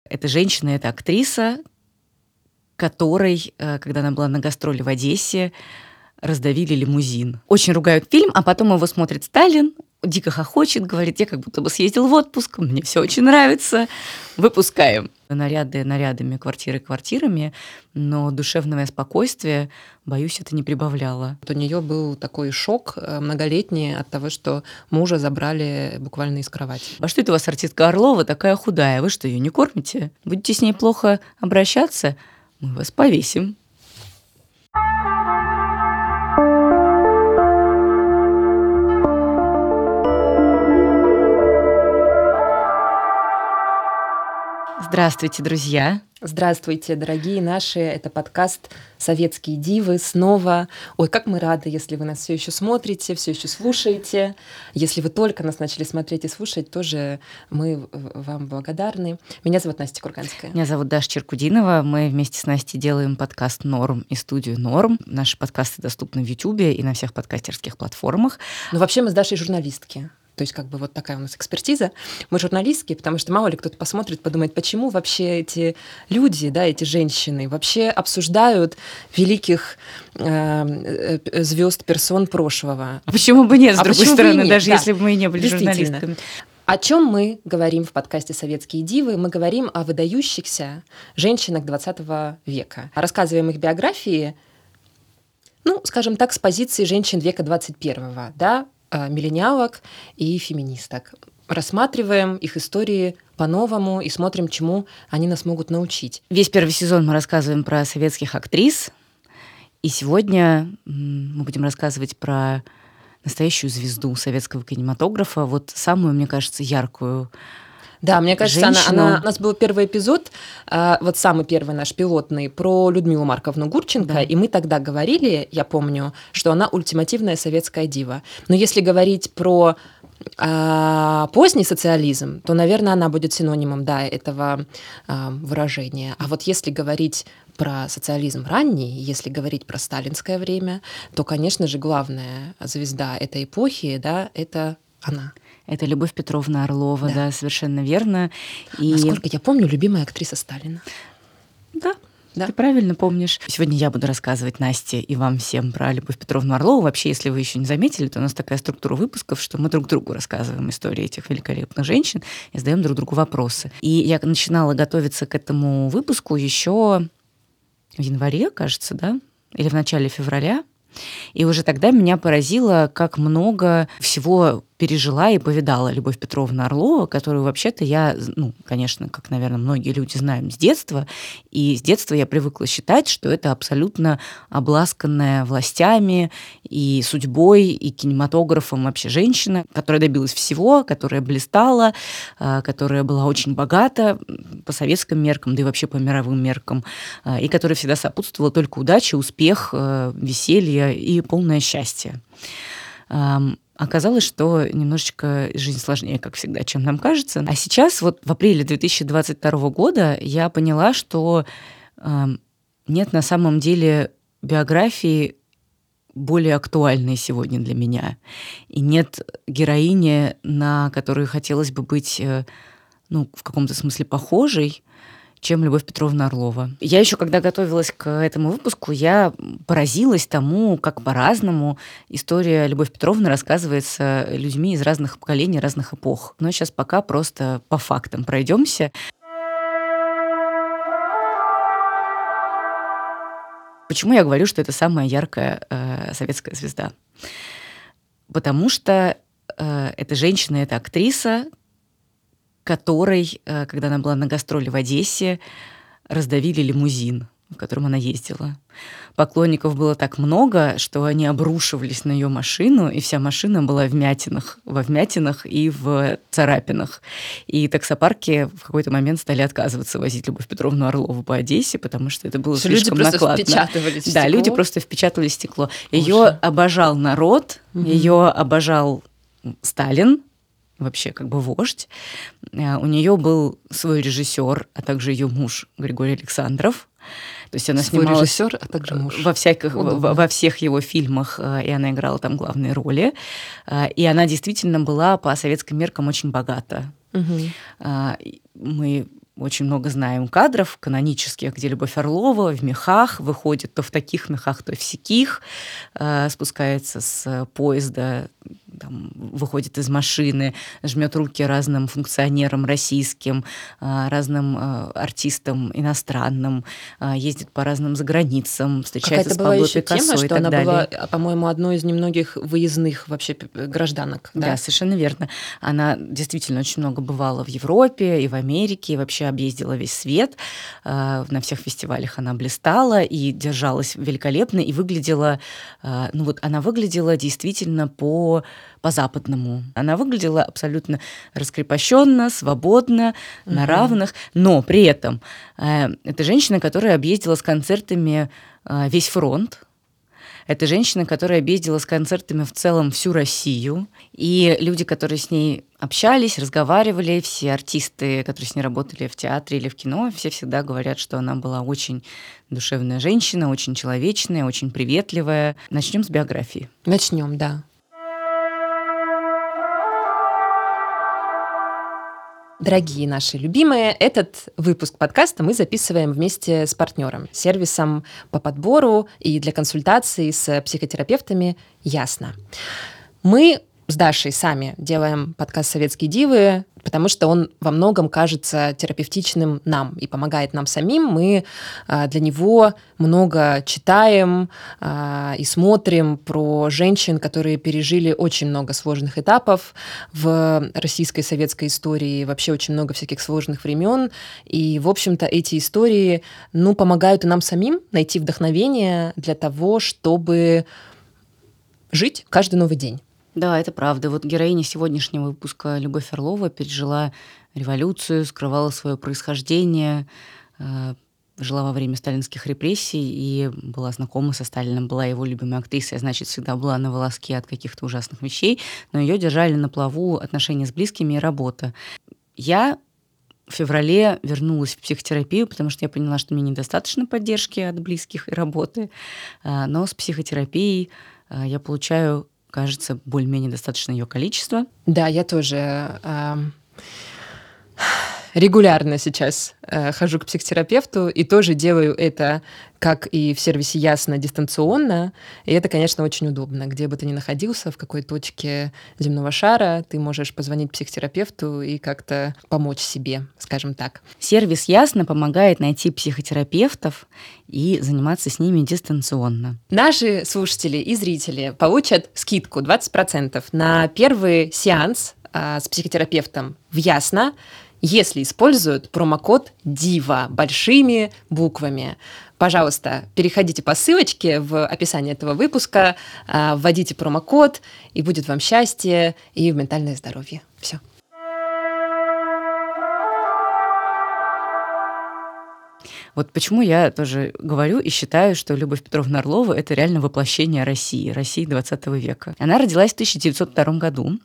Эта женщина, это актриса, которой, когда она была на гастроли в Одессе, раздавили лимузин. Очень ругают фильм, а потом его смотрит Сталин, дико хохочет, говорит: я как будто бы съездил в отпуск, мне все очень нравится, выпускаем. Наряды нарядами, квартиры квартирами, но душевное спокойствие, боюсь, это не прибавляло. У нее был такой шок многолетний от того, что мужа забрали буквально из кровати. А что это у вас артистка Орлова такая худая? Вы что, ее не кормите? Будете с ней плохо обращаться? Мы вас повесим. Здравствуйте, друзья! Здравствуйте, дорогие наши! Это подкаст «Советские дивы» снова. Ой, как мы рады, если вы нас все еще смотрите, все еще слушаете. Если вы только нас начали смотреть и слушать, тоже мы вам благодарны. Меня зовут Настя Курганская. Меня зовут Даша Черкудинова. Мы вместе с Настей делаем подкаст «Норм» и студию «Норм». Наши подкасты доступны в Ютубе и на всех подкастерских платформах. Ну, вообще мы с Дашей журналистки. То есть как бы вот такая у нас экспертиза. Мы журналистки, потому что мало ли кто-то посмотрит, подумает, почему вообще эти люди, да, эти женщины вообще обсуждают великих звезд, персон прошлого. А почему бы нет, с другой стороны, нет? даже Да, если бы мы и не были журналистками. О чем мы говорим в подкасте «Советские дивы»? Мы говорим о выдающихся женщинах XX века. Рассказываем их биографии, ну, скажем так, с позиции женщин века 21, да, миллениалок и феминисток. Рассматриваем их истории по-новому и смотрим, чему они нас могут научить. Весь первый сезон мы рассказываем про советских актрис, и сегодня мы будем рассказывать про настоящую звезду советского кинематографа, вот самую, мне кажется, яркую. Да, мне кажется, у нас был первый эпизод, вот самый первый наш пилотный, про Людмилу Марковну Гурченко, да. И мы тогда говорили, я помню, что она ультимативная советская дива. Но если говорить про поздний социализм, то, наверное, она будет синонимом, да, этого выражения. А вот если говорить про социализм ранний, если говорить про сталинское время, то, конечно же, главная звезда этой эпохи, да, это она. Это Любовь Петровна Орлова, да, совершенно верно. И... Насколько я помню, любимая актриса Сталина. Да. Ты правильно помнишь. Сегодня я буду рассказывать Насте и вам всем про Любовь Петровну Орлову. Вообще, если вы еще не заметили, то у нас такая структура выпусков, что мы друг другу рассказываем истории этих великолепных женщин и задаем друг другу вопросы. И я начинала готовиться к этому выпуску еще в январе, кажется, да, или в начале февраля. И уже тогда меня поразило, как много всего пережила и повидала Любовь Петровна Орлова, которую вообще-то я, конечно, как, наверное, многие люди знаем с детства. И с детства я привыкла считать, что это абсолютно обласканная властями и судьбой, и кинематографом вообще женщина, которая добилась всего, которая блистала, которая была очень богата по советским меркам, да и вообще по мировым меркам, и которая всегда сопутствовала только удача, успех, веселье и полное счастье. Оказалось, что немножечко жизнь сложнее, как всегда, чем нам кажется. А сейчас, вот в апреле 2022 года, я поняла, что нет на самом деле биографии более актуальной сегодня для меня. И нет героини, на которую хотелось бы быть, в каком-то смысле похожей, чем Любовь Петровна Орлова. Я еще, когда готовилась к этому выпуску, я поразилась тому, как по-разному история Любовь Петровны рассказывается людьми из разных поколений, разных эпох. Но сейчас пока просто по фактам пройдемся. Почему я говорю, что это самая яркая советская звезда? Потому что эта женщина, эта актриса, которой, когда она была на гастроли в Одессе, раздавили лимузин, в котором она ездила. Поклонников было так много, что они обрушивались на ее машину, и вся машина была во вмятинах и в царапинах. И таксопарки в какой-то момент стали отказываться возить Любовь Петровну Орлову по Одессе, потому что это было слишком накладно. Люди просто впечатывались в стекло. Да, люди просто впечатывали в стекло. Ее обожал народ, ее обожал Сталин, вообще как бы вождь. У нее был свой режиссер, а также ее муж Григорий Александров. То есть она снималась режиссер, а также муж. во всех его фильмах, и она играла там главные роли. И она действительно была по советским меркам очень богата. Мы очень много знаем кадров канонических, где Любовь Орлова в мехах выходит то в таких мехах, то в сяких, спускается с поезда, там, выходит из машины, жмет руки разным функционерам российским, разным артистам иностранным, ездит по разным заграницам, встречается с Пабло Пикассо и так далее. Какая-то была еще тема, что она была, по-моему, одной из немногих выездных вообще гражданок. Да, совершенно верно. Она действительно очень много бывала в Европе и в Америке, и вообще объездила весь свет. На всех фестивалях она блистала и держалась великолепно, и выглядела, она выглядела действительно по-западному. Она выглядела абсолютно раскрепощенно, свободно, на равных, но при этом это женщина, которая объездила с концертами весь фронт. Это женщина, которая объездила с концертами в целом всю Россию. И люди, которые с ней общались, разговаривали, все артисты, которые с ней работали в театре или в кино, все всегда говорят, что она была очень душевная женщина, очень человечная, очень приветливая. Начнем с биографии. Начнем, да. Дорогие наши любимые, этот выпуск подкаста мы записываем вместе с партнером, сервисом по подбору и для консультаций с психотерапевтами «Ясно». Мы с Дашей сами делаем подкаст «Советские дивы», потому что он во многом кажется терапевтичным нам и помогает нам самим. Мы для него много читаем и смотрим про женщин, которые пережили очень много сложных этапов в российской советской истории, вообще очень много всяких сложных времен. И, в общем-то, эти истории, помогают и нам самим найти вдохновение для того, чтобы жить каждый новый день. Да, это правда. Вот героиня сегодняшнего выпуска Любовь Орлова пережила революцию, скрывала свое происхождение, жила во время сталинских репрессий и была знакома со Сталиным, была его любимой актрисой, значит, всегда была на волоске от каких-то ужасных вещей, но ее держали на плаву отношения с близкими и работа. Я в феврале вернулась в психотерапию, потому что я поняла, что мне недостаточно поддержки от близких и работы, но с психотерапией я получаю, кажется, более-менее достаточно ее количество. Да, я тоже регулярно сейчас хожу к психотерапевту и тоже делаю это, как и в сервисе «Ясно», дистанционно. И это, конечно, очень удобно. Где бы ты ни находился, в какой точке земного шара, ты можешь позвонить психотерапевту и как-то помочь себе, скажем так. Сервис «Ясно» помогает найти психотерапевтов и заниматься с ними дистанционно. Наши слушатели и зрители получат скидку 20% на первый сеанс с психотерапевтом в «Ясно», если используют промокод DIVA большими буквами. Пожалуйста, переходите по ссылочке в описании этого выпуска, вводите промокод, и будет вам счастье и ментальное здоровье. Все. Вот почему я тоже говорю и считаю, что Любовь Петровна Орлова – это реально воплощение России 20 века. Она родилась в 1902 году,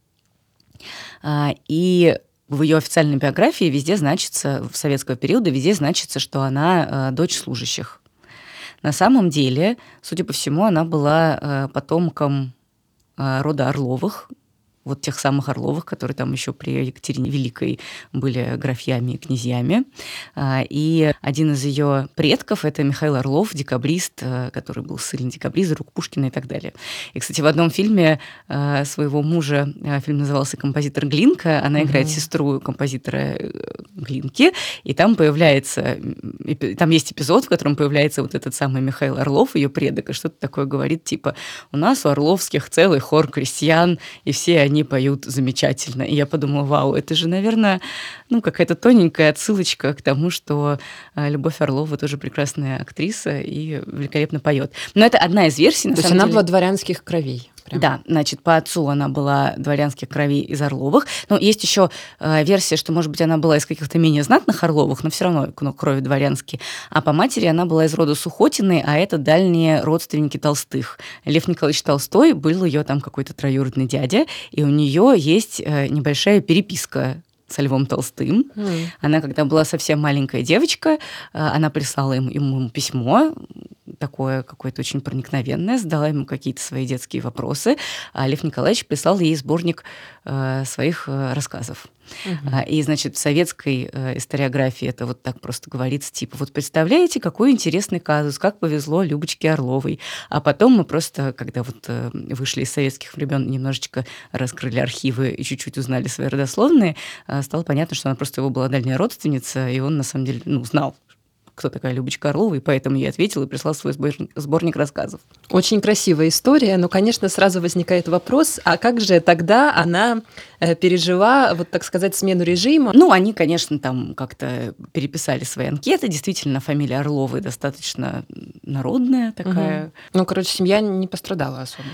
и в ее официальной биографии везде значится, в советского периода везде значится, что она дочь служащих. На самом деле, судя по всему, она была потомком рода Орловых, вот тех самых Орловых, которые там еще при Екатерине Великой были графьями и князьями. И один из ее предков – это Михаил Орлов, декабрист, который был сын декабриста, друг Пушкина и так далее. И, кстати, в одном фильме своего мужа, фильм назывался «Композитор Глинка», она играет сестру композитора Глинки, и там есть эпизод, в котором появляется вот этот самый Михаил Орлов, ее предок, и что-то такое говорит, типа «У нас у Орловских целый хор крестьян, и все они поют замечательно». И я подумала, вау, это же, наверное, какая-то тоненькая отсылочка к тому, что Любовь Орлова тоже прекрасная актриса и великолепно поет. Но это одна из версий, на самом деле. То есть она была дворянских кровей. Прям. Да, значит, по отцу она была дворянских кровей из Орловых. Но есть еще версия, что, может быть, она была из каких-то менее знатных Орловых, но все равно крови дворянские. А по матери она была из рода Сухотины, а это дальние родственники Толстых. Лев Николаевич Толстой был ее там какой-то троюродный дядя, и у нее есть небольшая переписка со Львом Толстым. Она, когда была совсем маленькая девочка, она прислала ему письмо, такое какое-то очень проникновенное, задала ему какие-то свои детские вопросы, а Лев Николаевич прислал ей сборник своих рассказов. И, значит, в советской историографии это вот так просто говорится, типа, вот представляете, какой интересный казус, как повезло Любочке Орловой. А потом мы просто, когда вот вышли из советских времен, немножечко раскрыли архивы и чуть-чуть узнали свои родословные, стало понятно, что она просто его была дальняя родственница, и он, на самом деле, знал, кто такая Любочка Орлова, и поэтому я ответила и прислала свой сборник рассказов. Очень красивая история, но, конечно, сразу возникает вопрос, а как же тогда она пережила, вот так сказать, смену режима? Они, конечно, там как-то переписали свои анкеты, действительно, фамилия Орловой достаточно народная такая. Семья не пострадала особо.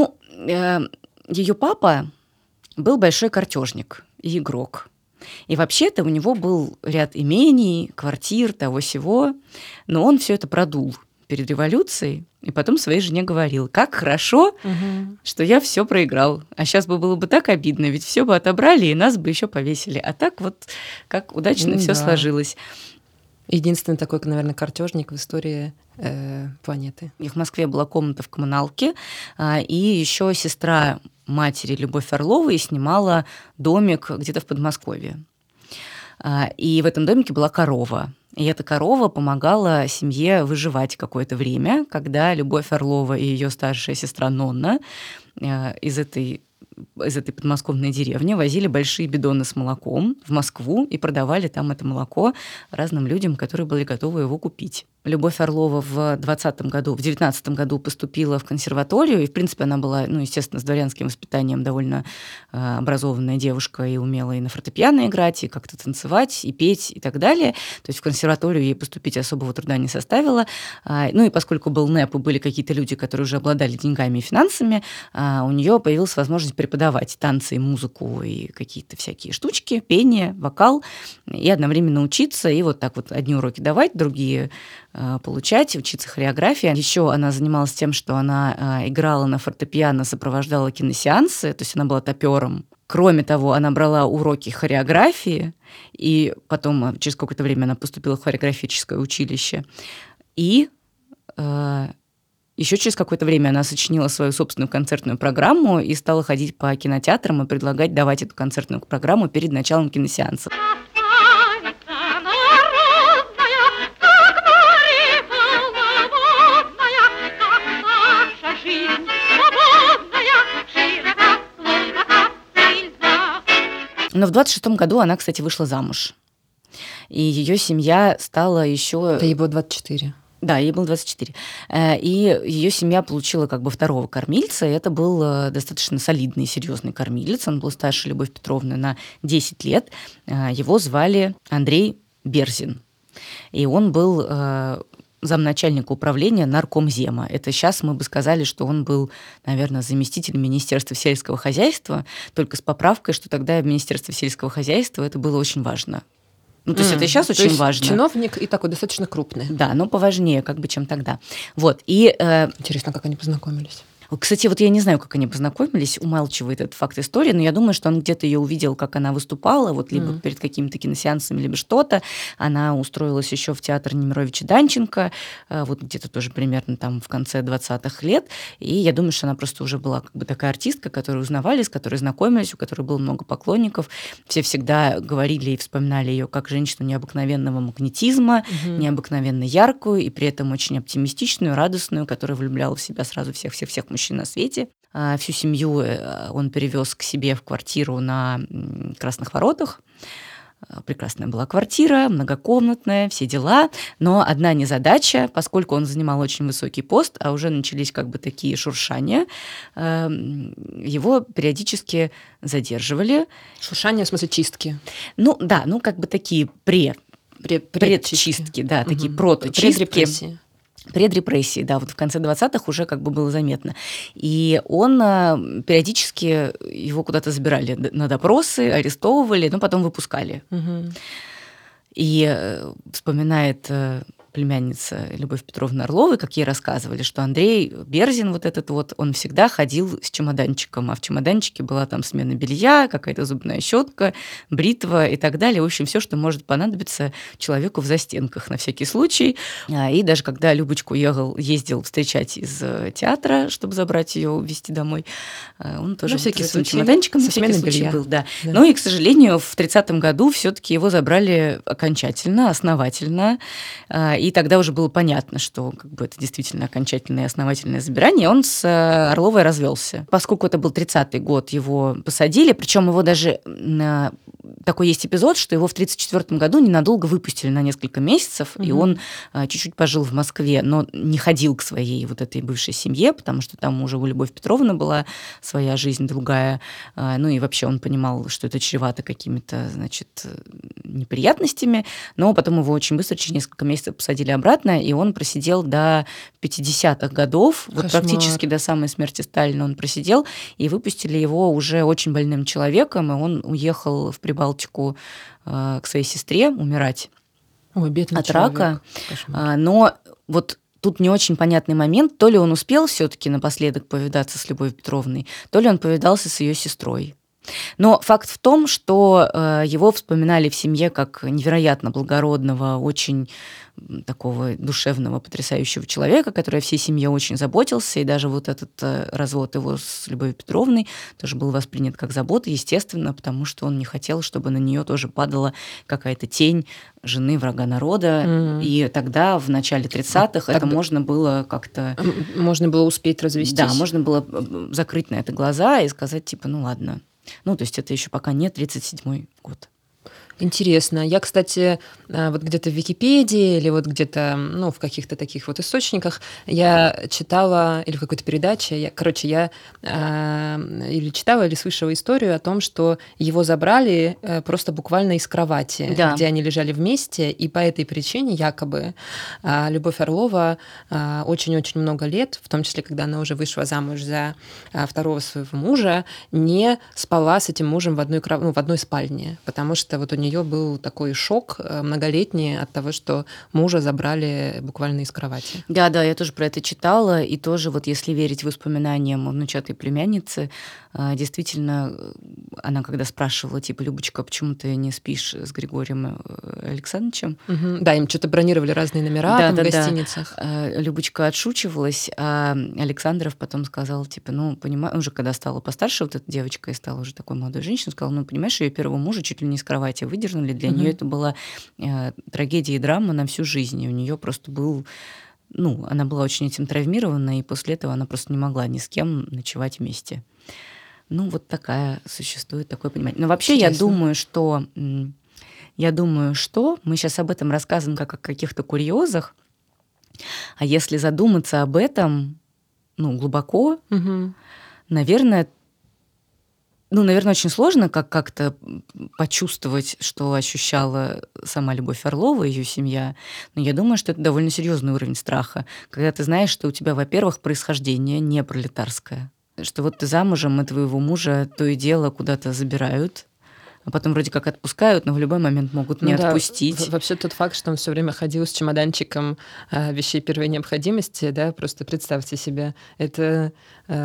Ее папа был большой картежник и игрок. И вообще-то у него был ряд имений, квартир, того-сего, но он все это продул перед революцией, и потом своей жене говорил: как хорошо, что я все проиграл. А сейчас было бы так обидно, ведь все бы отобрали, и нас бы еще повесили. А так вот, как удачно все сложилось. Единственный такой, наверное, картежник в истории планеты. В Москве была комната в коммуналке, и еще сестра матери Любовь Орловой снимала домик где-то в Подмосковье. И в этом домике была корова. И эта корова помогала семье выживать какое-то время, когда Любовь Орлова и ее старшая сестра Нонна из этой подмосковной деревни возили большие бидоны с молоком в Москву и продавали там это молоко разным людям, которые были готовы его купить. Любовь Орлова в 19 году поступила в консерваторию, и, в принципе, она была, естественно, с дворянским воспитанием довольно образованная девушка и умела и на фортепиано играть, и как-то танцевать, и петь, и так далее. То есть в консерваторию ей поступить особого труда не составило. И поскольку был НЭП, и были какие-то люди, которые уже обладали деньгами и финансами, у нее появилась возможность преподавать танцы и музыку, и какие-то всякие штучки, пение, вокал, и одновременно учиться, и вот так вот одни уроки давать, другие получать, учиться хореографии. Еще она занималась тем, что она играла на фортепиано, сопровождала киносеансы, то есть она была топером. Кроме того, она брала уроки хореографии, и потом через какое-то время она поступила в хореографическое училище. И еще через какое-то время она сочинила свою собственную концертную программу и стала ходить по кинотеатрам и предлагать давать эту концертную программу перед началом киносеанса. Но в 26 году она, кстати, вышла замуж. И ее семья стала еще... Да, ей было 24. Да, ей было 24. И ее семья получила как бы второго кормильца, и это был достаточно солидный, серьезный кормилец. Он был старше Любовь Петровны на 10 лет. Его звали Андрей Берзин. И он был замначальника управления наркомзема. Это сейчас мы бы сказали, что он был, наверное, заместителем Министерства сельского хозяйства, только с поправкой, что тогда в Министерстве сельского хозяйства это было очень важно. То есть это сейчас очень важно. Чиновник и такой достаточно крупный. Да, но поважнее, чем тогда. Вот. И, интересно, как они познакомились? Кстати, вот я не знаю, как они познакомились, умалчивает этот факт истории, но я думаю, что он где-то ее увидел, как она выступала, вот либо перед какими-то киносеансами, либо что-то. Она устроилась еще в театр Немировича Данченко, вот где-то тоже примерно там в конце 20-х лет. И я думаю, что она просто уже была как бы такая артистка, которую узнавали, с которой знакомились, у которой было много поклонников. Все всегда говорили и вспоминали ее как женщину необыкновенного магнетизма, необыкновенно яркую и при этом очень оптимистичную, радостную, которая влюбляла в себя сразу всех мужчин на свете. Всю семью он перевез к себе в квартиру на Красных Воротах. Прекрасная была квартира, многокомнатная, все дела. Но одна незадача, поскольку он занимал очень высокий пост, а уже начались как бы такие шуршания, его периодически задерживали. Шуршания в смысле чистки? Такие предчистки, да, такие проточистки. Предрепрессии, да, вот в конце 20-х уже как бы было заметно. И он периодически, его куда-то забирали на допросы, арестовывали, но потом выпускали. И вспоминает племянница Любовь Петровны Орловой, как ей рассказывали, что Андрей Берзин вот этот вот, он всегда ходил с чемоданчиком, а в чемоданчике была там смена белья, какая-то зубная щетка, бритва и так далее. В общем, все, что может понадобиться человеку в застенках на всякий случай. И даже когда Любочку ездил встречать из театра, чтобы забрать ее, увезти домой, он тоже с этим чемоданчиком на всякий случай был. Да. Ну и, к сожалению, в 30-м году все-таки его забрали окончательно, основательно. И тогда уже было понятно, что как бы это действительно окончательное и основательное забирание. Он с Орловой развелся. Поскольку это был 30-й год, его посадили, причем его даже такой есть эпизод, что его в 1934 году ненадолго выпустили на несколько месяцев, и он чуть-чуть пожил в Москве, но не ходил к своей вот этой бывшей семье, потому что там уже у Любовь Петровны была своя жизнь другая. Ну и вообще он понимал, что это чревато какими-то, значит, неприятностями, но потом его очень быстро, через несколько месяцев посадили обратно, и он просидел до 50-х годов, вот практически до самой смерти Сталина он просидел, и выпустили его уже очень больным человеком, и он уехал в Прибалтику к своей сестре умирать. Ой, бедный от рака. Но вот тут не очень понятный момент, то ли он успел все-таки напоследок повидаться с Любовью Петровной, то ли он повидался с ее сестрой. Но факт в том, что его вспоминали в семье как невероятно благородного, очень такого душевного, потрясающего человека, который о всей семье очень заботился, и даже вот этот развод его с Любовью Петровной тоже был воспринят как забота, естественно, потому что он не хотел, чтобы на нее тоже падала какая-то тень жены врага народа, и тогда, в начале 30-х, это можно было как-то... Можно было успеть развестись. Да, можно было закрыть на это глаза и сказать, типа, ну ладно. Ну, то есть это еще пока не 37-й год. Интересно. Я, кстати, вот где-то в Википедии или вот где-то, ну, в каких-то таких вот источниках я читала, или в какой-то передаче, я или читала, или слышала историю о том, что его забрали просто буквально из кровати, где они лежали вместе, и по этой причине якобы Любовь Орлова очень-очень много лет, в том числе, когда она уже вышла замуж за второго своего мужа, не спала с этим мужем в одной спальне, потому что вот у нее был такой шок многолетний от того, что мужа забрали буквально из кровати. Да, я тоже про это читала, и тоже вот если верить воспоминаниям внучатой племянницы, действительно, она когда спрашивала, типа, Любочка, почему ты не спишь с Григорием Александровичем? Да, им что-то бронировали разные номера в гостиницах. Любочка отшучивалась, а Александров потом сказал, типа, ну, понимаешь, уже когда стала постарше вот эта девочка и стала уже такой молодой женщиной, сказала, ну, понимаешь, ее первого мужа чуть ли не с кровати выдернули, для нее это была трагедия и драма на всю жизнь, и у нее просто был... Ну, она была очень этим травмирована, и после этого она просто не могла ни с кем ночевать вместе. Ну, вот существует такое понимание. Но вообще я думаю, что мы сейчас об этом рассказываем как о каких-то курьезах, а если задуматься об этом, ну, глубоко, наверное, очень сложно как-то почувствовать, что ощущала сама Любовь Орлова, ее семья. Но я думаю, что это довольно серьезный уровень страха, когда ты знаешь, что у тебя, во-первых, происхождение не пролетарское, что вот ты замужем, и твоего мужа то и дело куда-то забирают, а потом вроде как отпускают, но в любой момент могут не отпустить. Вообще тот факт, что он все время ходил с чемоданчиком вещей первой необходимости, да, просто представьте себе, это...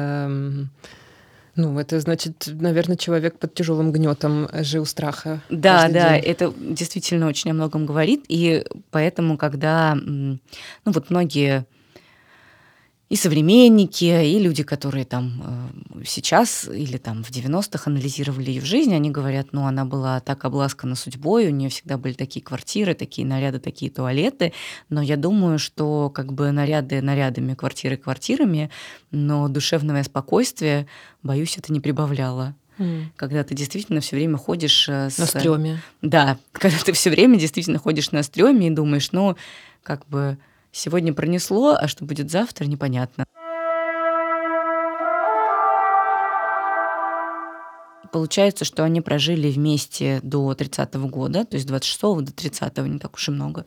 это значит, наверное, человек под тяжелым гнетом жил страха. Да, это действительно очень о многом говорит. И поэтому, когда многие и современники, и люди, которые там сейчас или там в 90-х анализировали ее жизнь, они говорят, она была так обласкана судьбой, у нее всегда были такие квартиры, такие наряды, такие туалеты. Но я думаю, что как бы наряды нарядами, квартиры квартирами, но душевное спокойствие, боюсь, это не прибавляло. Когда ты действительно все время ходишь на стрёме. Да, когда ты все время действительно ходишь на стрёме и думаешь, сегодня пронесло, а что будет завтра, непонятно. получается, что они прожили вместе до 30-го года, то есть 26-го до 30-го, не так уж и много.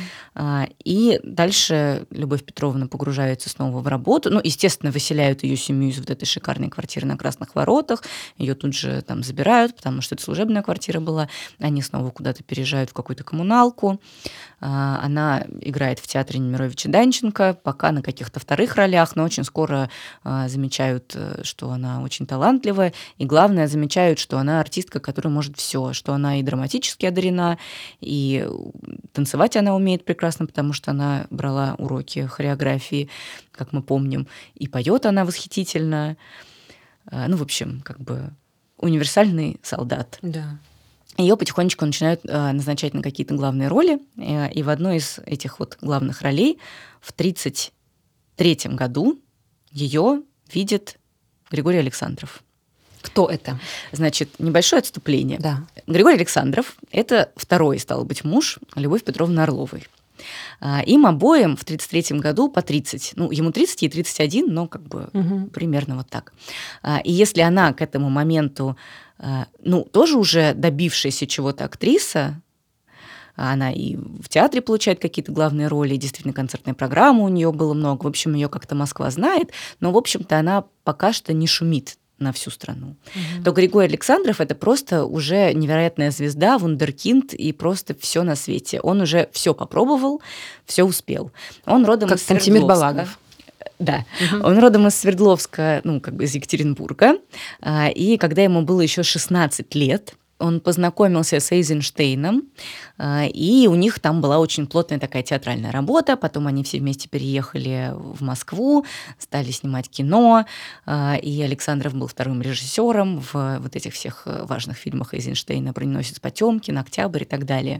И дальше Любовь Петровна погружается снова в работу. Ну, естественно, выселяют ее семью из вот этой шикарной квартиры на Красных Воротах. Ее тут же там забирают, потому что это служебная квартира была. Они снова куда-то переезжают в какую-то коммуналку. Она играет в театре Немировича Данченко, пока на каких-то вторых ролях, но очень скоро замечают, что она очень талантливая. И главное, замечают, что она артистка, которая может все, что она и драматически одарена, и танцевать она умеет прекрасно, потому что она брала уроки хореографии, как мы помним, и поет она восхитительно. Ну, в общем, как бы универсальный солдат. Да. Ее потихонечку начинают назначать на какие-то главные роли, и в одной из этих вот главных ролей в 1933 году ее видит Григорий Александров. Кто это? Значит, небольшое отступление. Да. Григорий Александров – это второй, стал быть, муж Любовь Петровны Орловой. Им обоим в 1933 году по 30. Ну, ему 30, ей 31, но как бы примерно вот так. И если она к этому моменту, ну, тоже уже добившаяся чего-то актриса, она и в театре получает какие-то главные роли, действительно, концертная программа у нее было много. В общем, ее как-то Москва знает, но, в общем-то, она пока что не шумит на всю страну. То Григорий Александров – это просто уже невероятная звезда, вундеркинд, и просто все на свете. Он уже все попробовал, все успел. Он родом из Свердловска. Кантемир Балагов. Да, он родом из Свердловска, ну, как бы из Екатеринбурга. И когда ему было еще 16 лет, он познакомился с Эйзенштейном, и у них там была очень плотная такая театральная работа. Потом они все вместе переехали в Москву, стали снимать кино, и Александров был вторым режиссером в вот этих всех важных фильмах Эйзенштейна «Броненосец Потемкин», «Октябрь» и так далее.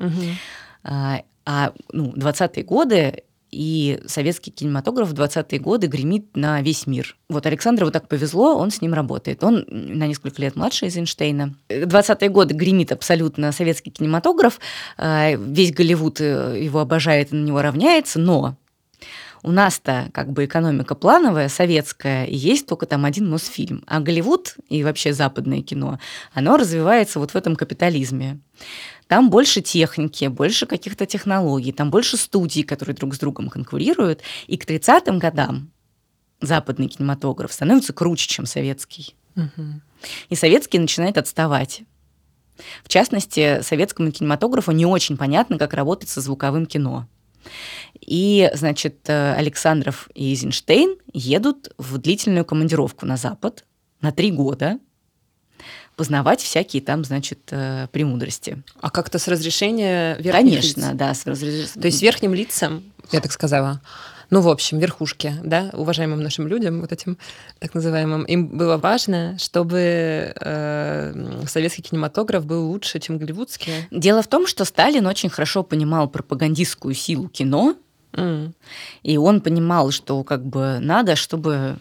20-е годы и советский кинематограф в 20-е годы гремит на весь мир. Вот Александрову так повезло, он с ним работает. Он на несколько лет младше Эйзенштейна. 20-е годы гремит абсолютно советский кинематограф. Весь Голливуд его обожает и на него равняется, но у нас-то как бы экономика плановая, советская, и есть только там один Мосфильм. А Голливуд и вообще западное кино, оно развивается вот в этом капитализме. Там больше техники, больше каких-то технологий, там больше студий, которые друг с другом конкурируют. И к 30-м годам западный кинематограф становится круче, чем советский. И советский начинает отставать. В частности, советскому кинематографу не очень понятно, как работать со звуковым кино. И, значит, Александров и Эйзенштейн едут в длительную командировку на Запад на 3 года, познавать всякие там, значит, премудрости. А как-то с разрешения верхних Конечно, лиц? да, с разрешения. То есть верхним лицам, я так сказала, ну, в общем, верхушке, да, уважаемым нашим людям, вот этим так называемым, им было важно, чтобы советский кинематограф был лучше, чем голливудский. Дело в том, что Сталин очень хорошо понимал пропагандистскую силу кино, и он понимал, что как бы надо, чтобы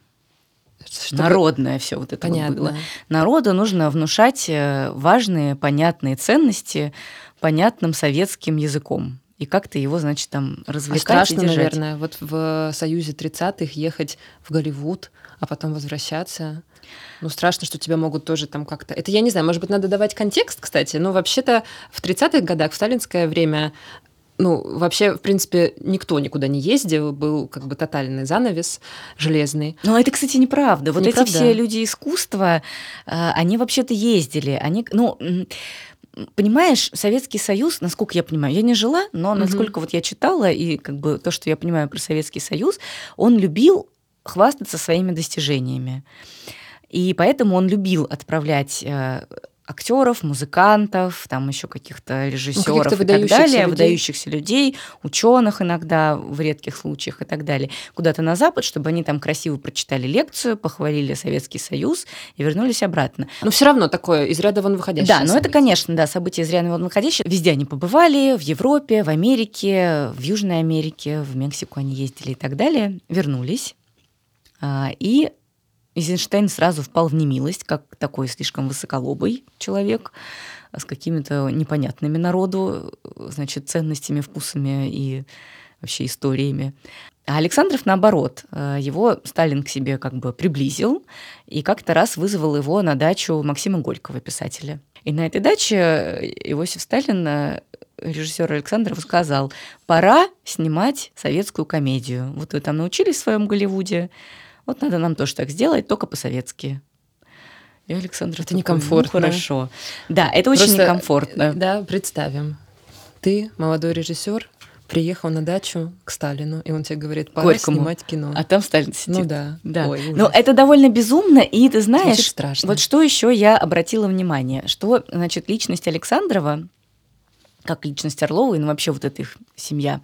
народное все вот это вот было. Народу нужно внушать важные, понятные ценности понятным советским языком. И как-то его, значит, там развлекать страшно, и держать. Наверное, вот в Союзе 30-х ехать в Голливуд, а потом возвращаться. Ну, страшно, что тебя могут тоже там как-то... Это, я не знаю, может быть, надо давать контекст, кстати, но вообще-то в 30-х годах, в сталинское время, ну, вообще, в принципе, никто никуда не ездил, был как бы тотальный занавес железный. Но это, кстати, неправда. Вот неправда. Эти все люди искусства, они вообще-то ездили. Они, ну, понимаешь, Советский Союз, насколько я понимаю, я не жила, но насколько вот я читала, и как бы то, что я понимаю про Советский Союз, он любил хвастаться своими достижениями. И поэтому он любил отправлять актеров, музыкантов, там еще каких-то режиссеров и так далее, выдающихся людей, ученых иногда в редких случаях и так далее, куда-то на Запад, чтобы они там красиво прочитали лекцию, похвалили Советский Союз и вернулись обратно. Но все равно такое из ряда вон выходящее. Да, но это, конечно, да, события из ряда вон выходящие. Везде они побывали, в Европе, в Америке, в Южной Америке, в Мексику они ездили и так далее, вернулись. И Эйзенштейн сразу впал в немилость, как такой слишком высоколобый человек с какими-то непонятными народу, значит, ценностями, вкусами и вообще историями. А Александров, наоборот, его Сталин к себе как бы приблизил и как-то раз вызвал его на дачу Максима Горького, писателя. И на этой даче Иосиф Сталин режиссеру Александрову сказал: пора снимать советскую комедию. Вот вы там научились в своем Голливуде, вот надо нам тоже так сделать, только по-советски. И Александров это такой, некомфортно. Ну, хорошо. Да, это очень некомфортно. Да, представим. Ты, молодой режиссер, приехал на дачу к Сталину, и он тебе говорит: пора Горькому снимать кино. А там Сталин сидит. Ну да. Ой, но это довольно безумно, и ты знаешь, страшно. Вот что еще я обратила внимание, что, значит, личность Александрова, как личность Орловой, ну вообще вот эта их семья,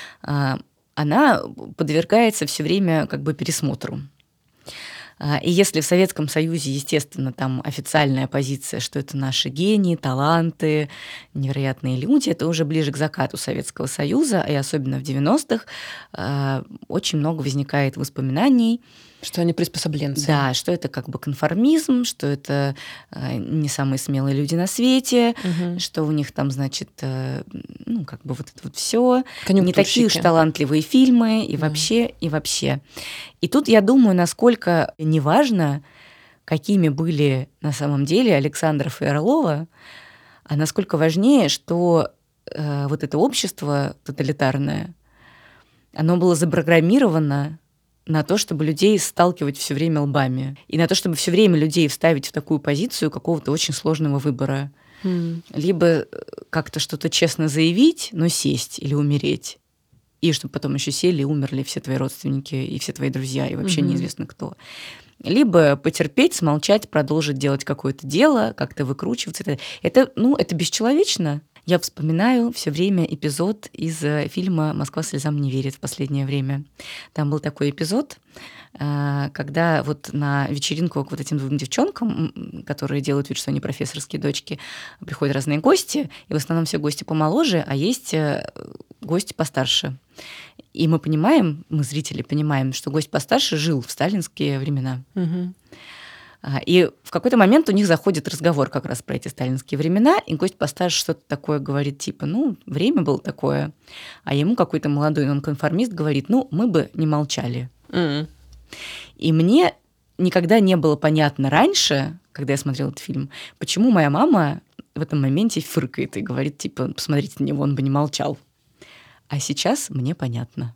она подвергается все время как бы пересмотру. И если в Советском Союзе, естественно, там официальная позиция, что это наши гении, таланты, невероятные люди, это уже ближе к закату Советского Союза, и особенно в 90-х очень много возникает воспоминаний. Что они приспособленцы. Да, что это как бы конформизм, что это не самые смелые люди на свете, что у них там, значит, ну, как бы вот это вот все. Не такие уж талантливые фильмы, и вообще, и вообще. И тут я думаю, насколько неважно, какими были на самом деле Александров и Орлова, а насколько важнее, что вот это общество тоталитарное, оно было запрограммировано на то, чтобы людей сталкивать все время лбами, и на то, чтобы все время людей вставить в такую позицию какого-то очень сложного выбора. Либо как-то что-то честно заявить, но сесть или умереть. И чтобы потом еще сели и умерли все твои родственники и все твои друзья, и вообще неизвестно кто. Либо потерпеть, смолчать, продолжить делать какое-то дело, как-то выкручиваться. Это бесчеловечно. Я вспоминаю все время эпизод из фильма «Москва слезам не верит» в последнее время. Там был такой эпизод, когда вот на вечеринку к вот этим двум девчонкам, которые делают вид, что они профессорские дочки, приходят разные гости, и в основном все гости помоложе, а есть гости постарше. И мы понимаем, мы, зрители, понимаем, что гость постарше жил в сталинские времена. И в какой-то момент у них заходит разговор как раз про эти сталинские времена, и гость постарше что-то такое говорит, типа, время было такое. А ему какой-то молодой нонконформист говорит: мы бы не молчали. И мне никогда не было понятно раньше, когда я смотрела этот фильм, почему моя мама в этом моменте фыркает и говорит, типа, посмотрите на него, он бы не молчал. А сейчас мне понятно.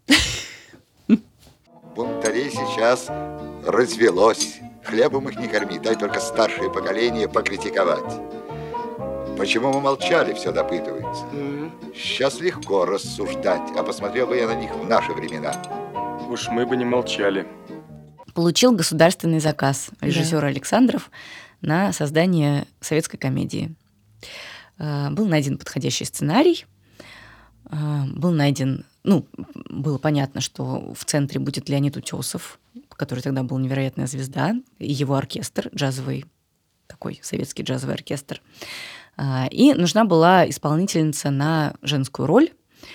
Бунтарей сейчас развелось. Хлебом их не корми, дай только старшее поколение покритиковать. Почему мы молчали, все допытывается. Сейчас легко рассуждать, а посмотрел бы я на них в наши времена. Уж мы бы не молчали. Получил государственный заказ режиссер Александров на создание советской комедии. Был найден подходящий сценарий, был найден... было понятно, что в центре будет Леонид Утесов, который тогда был невероятная звезда, и его оркестр, джазовый, такой советский джазовый оркестр. И нужна была исполнительница на женскую роль,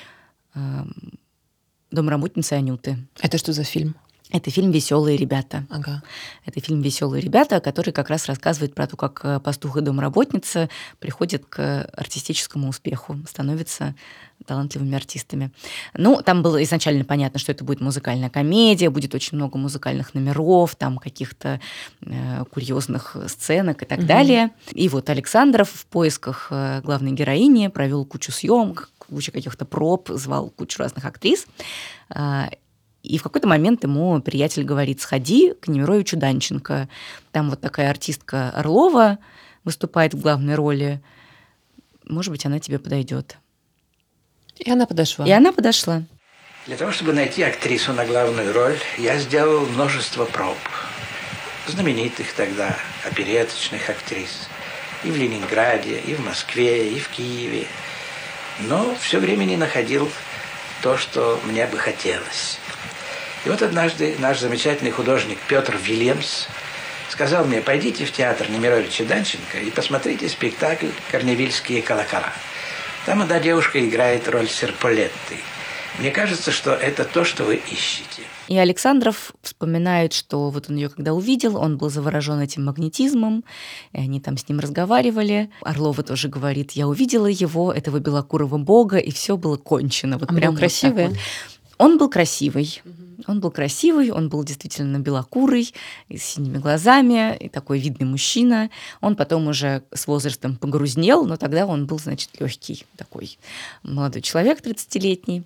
домработница Анюты. Это что за фильм? Это фильм «Веселые ребята». Ага. Это фильм «Веселые ребята», который как раз рассказывает про то, как пастух и домработница приходят к артистическому успеху, становятся талантливыми артистами. Там было изначально понятно, что это будет музыкальная комедия, будет очень много музыкальных номеров, там каких-то курьезных сценок и так далее. И вот Александров в поисках главной героини провел кучу съемок, кучу каких-то проб, звал кучу разных актрис. И в какой-то момент ему приятель говорит: сходи к Немировичу Данченко. Там вот такая артистка Орлова выступает в главной роли. Может быть, она тебе подойдет. И она подошла. Для того, чтобы найти актрису на главную роль, я сделал множество проб. Знаменитых тогда опереточных актрис. И в Ленинграде, и в Москве, и в Киеве. Но все время не находил то, что мне бы хотелось. И вот однажды наш замечательный художник Петр Вильямс сказал мне: пойдите в театр Немировича Данченко и посмотрите спектакль «Корневильские колокола». Там одна девушка играет роль Серполетты. Мне кажется, что это то, что вы ищете. И Александров вспоминает, что вот он ее когда увидел, он был заворожен этим магнетизмом, и они там с ним разговаривали. Орлова тоже говорит: я увидела его, этого белокурого бога, и все было кончено. Вот прям красивый. Вот Он был красивый. Он был действительно белокурый, с синими глазами, и такой видный мужчина. Он потом уже с возрастом погрузнел, но тогда он был, значит, легкий такой молодой человек, 30-летний.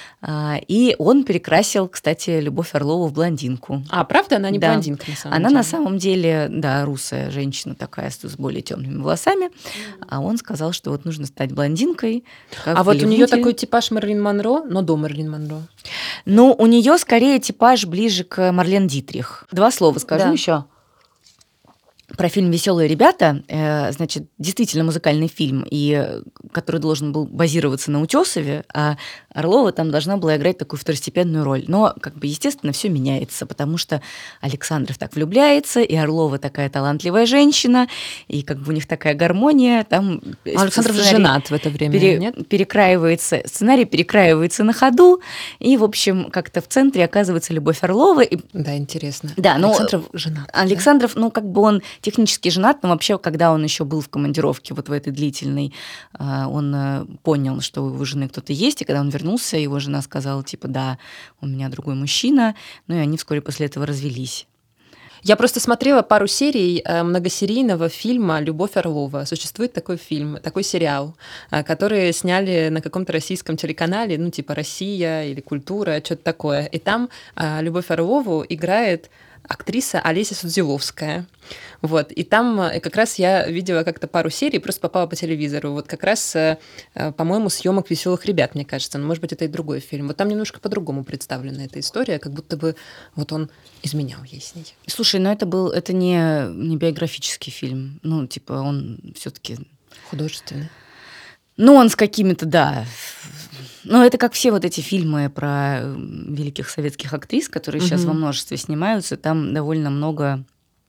И он перекрасил, кстати, Любовь Орлову в блондинку. А, правда? Она не блондинка на самом деле? Она на самом деле, да, русая женщина такая, с более темными волосами. А он сказал, что вот нужно стать блондинкой. А вот у нее такой типаж Мерлин Монро, но до Мерлин Монро. Ну, у нее скорее типаж ближе к Марлен Дитрих. 2 слова скажу еще. Про фильм «Веселые ребята», значит, действительно музыкальный фильм, и который должен был базироваться на Утесове, а Орлова там должна была играть такую второстепенную роль. Но, как бы, естественно, все меняется, потому что Александров так влюбляется, и Орлова такая талантливая женщина, и как бы у них такая гармония. Там Александров женат в это время, нет? Сценарий перекраивается на ходу, и, в общем, как-то в центре оказывается Любовь Орлова. Да, интересно. Да, но Александров женат. Александров, да? Ну, как бы он технически женат, но вообще, когда он еще был в командировке вот в этой длительной, он понял, что у его жены кто-то есть, и когда он вернулся, его жена сказала, типа, да, у меня другой мужчина, ну и они вскоре после этого развелись. Я просто смотрела пару серий многосерийного фильма «Любовь Орлова». Существует такой фильм, такой сериал, который сняли на каком-то российском телеканале, ну, типа «Россия» или «Культура», что-то такое. И там Любовь Орлову играет актриса Олеся Судзиловская. Вот. И там как раз я видела как-то пару серий, просто попала по телевизору. Вот как раз, по-моему, съемок «Веселых ребят», мне кажется. Но, может быть, это и другой фильм. Вот там немножко по-другому представлена эта история, как будто бы вот он изменял ей с ней. Слушай, но это не биографический фильм. Ну, типа, он все-таки художественный. Ну, он с какими-то, да. Ну, это как все вот эти фильмы про великих советских актрис, которые сейчас во множестве снимаются. Там довольно много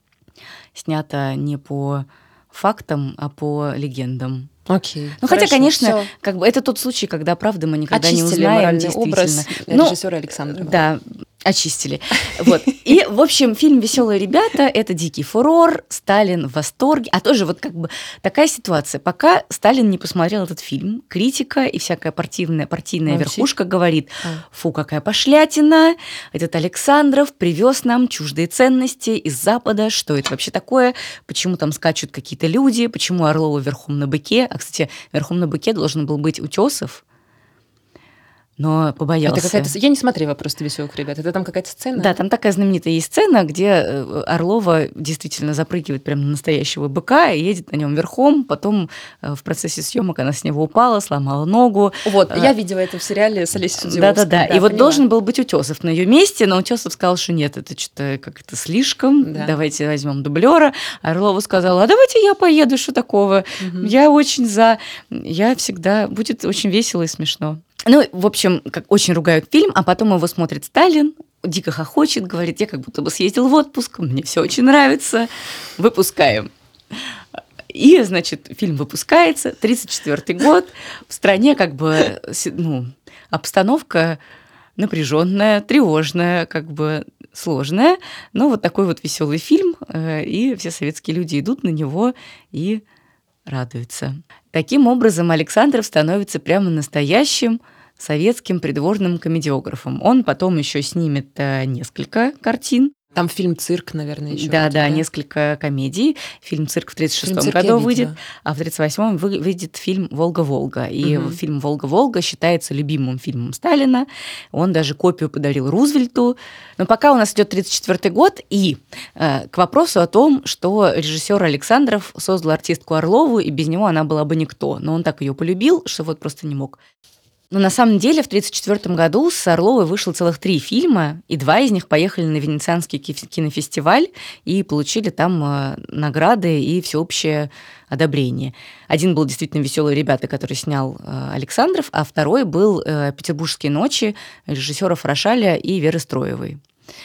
снято не по фактам, а по легендам. Окей. Ну, хотя, конечно, как бы это тот случай, когда, правда, мы никогда не узнаем образ режиссера Александрова. Да, очистили. Вот. И, в общем, фильм «Веселые ребята» — это дикий фурор, Сталин в восторге. А тоже вот как бы такая ситуация. Пока Сталин не посмотрел этот фильм, критика и всякая партийная верхушка говорит: фу, какая пошлятина, этот Александров привез нам чуждые ценности из Запада, что это вообще такое, почему там скачут какие-то люди, почему Орлова верхом на быке. А, кстати, верхом на быке должен был быть Утесов, но побоялся. Это какая-то... Я не смотрела просто «Веселых ребят». Это там какая-то сцена? Да, там такая знаменитая есть сцена, где Орлова действительно запрыгивает прямо на настоящего быка и едет на нем верхом. Потом в процессе съемок она с него упала, сломала ногу. Вот, я видела это в сериале с Олесей Судзиловской. Да. И вот должен был быть Утесов на ее месте, но Утесов сказал, что нет, это что-то как-то слишком, давайте возьмем дублера. Орлова сказала: а давайте я поеду, что такого? Я очень за... Я всегда... Будет очень весело и смешно. Ну, в общем, очень ругают фильм, а потом его смотрит Сталин, дико хохочет, говорит: я как будто бы съездил в отпуск, мне все очень нравится, выпускаем. И, значит, фильм выпускается, 1934 год, в стране как бы, ну, обстановка напряженная, тревожная, как бы сложная, но вот такой вот веселый фильм, и все советские люди идут на него и радуются. Таким образом, Александров становится прямо настоящим советским придворным комедиографом. Он потом еще снимет несколько картин. Там фильм «Цирк», наверное, еще. Да, несколько комедий. Фильм «Цирк» в 1936 году выйдет, а в 1938 выйдет фильм «Волга-Волга». И фильм «Волга-Волга» считается любимым фильмом Сталина. Он даже копию подарил Рузвельту. Но пока у нас идет 1934 год, и к вопросу о том, что режиссер Александров создал артистку Орлову, и без него она была бы никто. Но он так ее полюбил, что вот просто не мог. Но на самом деле в 1934 году с Орловой вышло целых 3 фильма, и 2 из них поехали на Венецианский кинофестиваль и получили там награды и всеобщее одобрение. Один был действительно «Веселые ребята», который снял Александров, а второй был «Петербургские ночи» режиссеров Рошаля и Веры Строевой.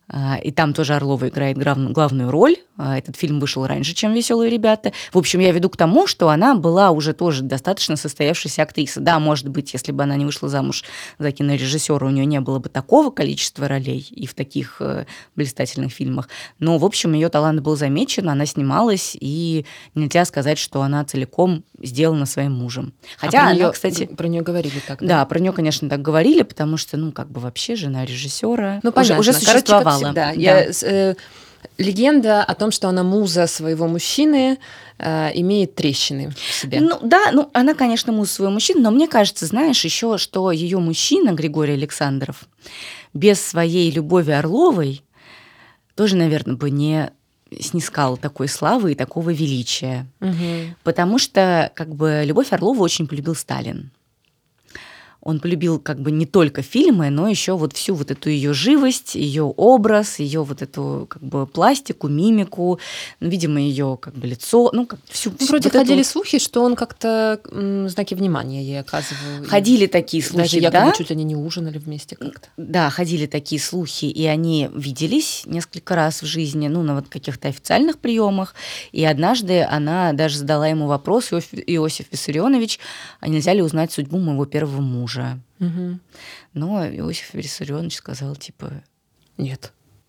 И там тоже Орлова играет главную роль. Этот фильм вышел раньше, чем «Веселые ребята». В общем, я веду к тому, что она была уже тоже достаточно состоявшаяся актриса. Да, может быть, если бы она не вышла замуж за кинорежиссера, у нее не было бы такого количества ролей и в таких блистательных фильмах. Но, в общем, ее талант был замечен, она снималась, и нельзя сказать, что она целиком сделана своим мужем. Хотя она, кстати... Про нее говорили так, да? Да, про нее, конечно, так говорили, потому что, вообще жена режиссера понятно. Уже существовала. Да. Легенда о том, что она муза своего мужчины, имеет трещины в себе. Она, конечно, муза своего мужчины, но мне кажется, знаешь, еще, что ее мужчина, Григорий Александров, без своей Любови Орловой тоже, наверное, бы не снискал такой славы и такого величия. Угу. Потому что, Любовь Орлову очень полюбил Сталин. Он полюбил не только фильмы, но еще всю эту ее живость, ее образ, ее эту пластику, мимику, видимо, ее лицо, всю. Вроде ходили слухи, что он как-то знаки внимания ей оказывал. Ходили такие слухи, даже якобы чуть ли не ужинали вместе как-то. Да, ходили такие слухи, и они виделись несколько раз в жизни, на каких-то официальных приемах. И однажды она даже задала ему вопрос, Иосиф Виссарионович, а нельзя ли узнать судьбу моего первого мужа? Угу. Но Иосиф Виссарионович сказал, нет.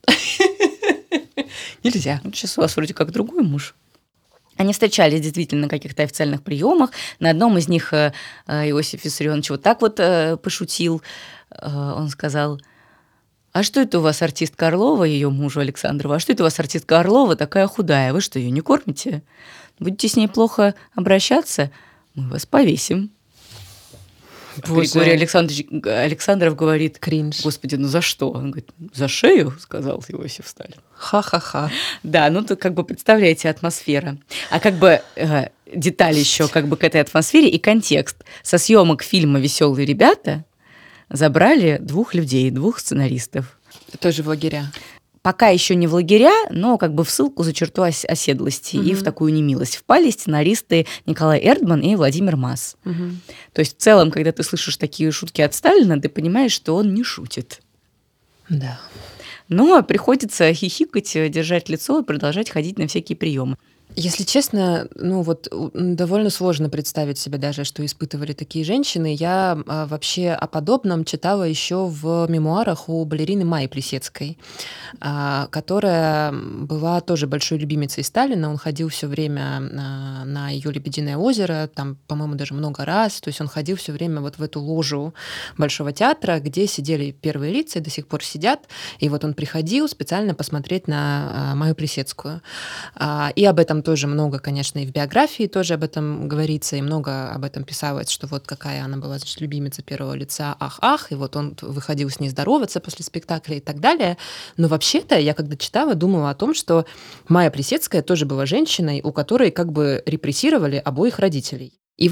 Нельзя. Сейчас у вас вроде как другой муж. Они встречались действительно на каких-то официальных приемах. На одном из них Иосиф Виссарионович пошутил. Он сказал: а что это у вас артистка Орлова, ее мужу Александрова, а что это у вас артистка Орлова такая худая? Вы что, ее не кормите? Будете с ней плохо обращаться, мы вас повесим. Григорий Александрович Александров говорит: кринж. Господи, за что? Он говорит: за шею, сказал Иосиф Сталин. Ха-ха-ха. Да, то представляете, атмосфера. А деталь еще к этой атмосфере и контекст. Со съемок фильма «Веселые ребята» забрали 2 людей, 2 сценаристов. Тоже в лагеря. Пока еще не в лагеря, но в ссылку за черту оседлости и в такую немилость впали сценаристы Николай Эрдман и Владимир Мас. То есть в целом, когда ты слышишь такие шутки от Сталина, ты понимаешь, что он не шутит. Да. Но приходится хихикать, держать лицо и продолжать ходить на всякие приемы. Если честно, довольно сложно представить себе даже, что испытывали такие женщины. Я вообще о подобном читала еще в мемуарах у балерины Майи Плисецкой, которая была тоже большой любимицей Сталина. Он ходил все время на ее «Лебединое озеро», там, по-моему, даже много раз. То есть он ходил все время в эту ложу Большого театра, где сидели первые лица и до сих пор сидят. И он приходил специально посмотреть на Майю Плисецкую. И об этом тоже много, конечно, и в биографии тоже об этом говорится, и много об этом писалось, что какая она была, любимица первого лица, ах, и он выходил с ней здороваться после спектакля и так далее. Но вообще-то я, когда читала, думала о том, что Майя Плисецкая тоже была женщиной, у которой репрессировали обоих родителей. И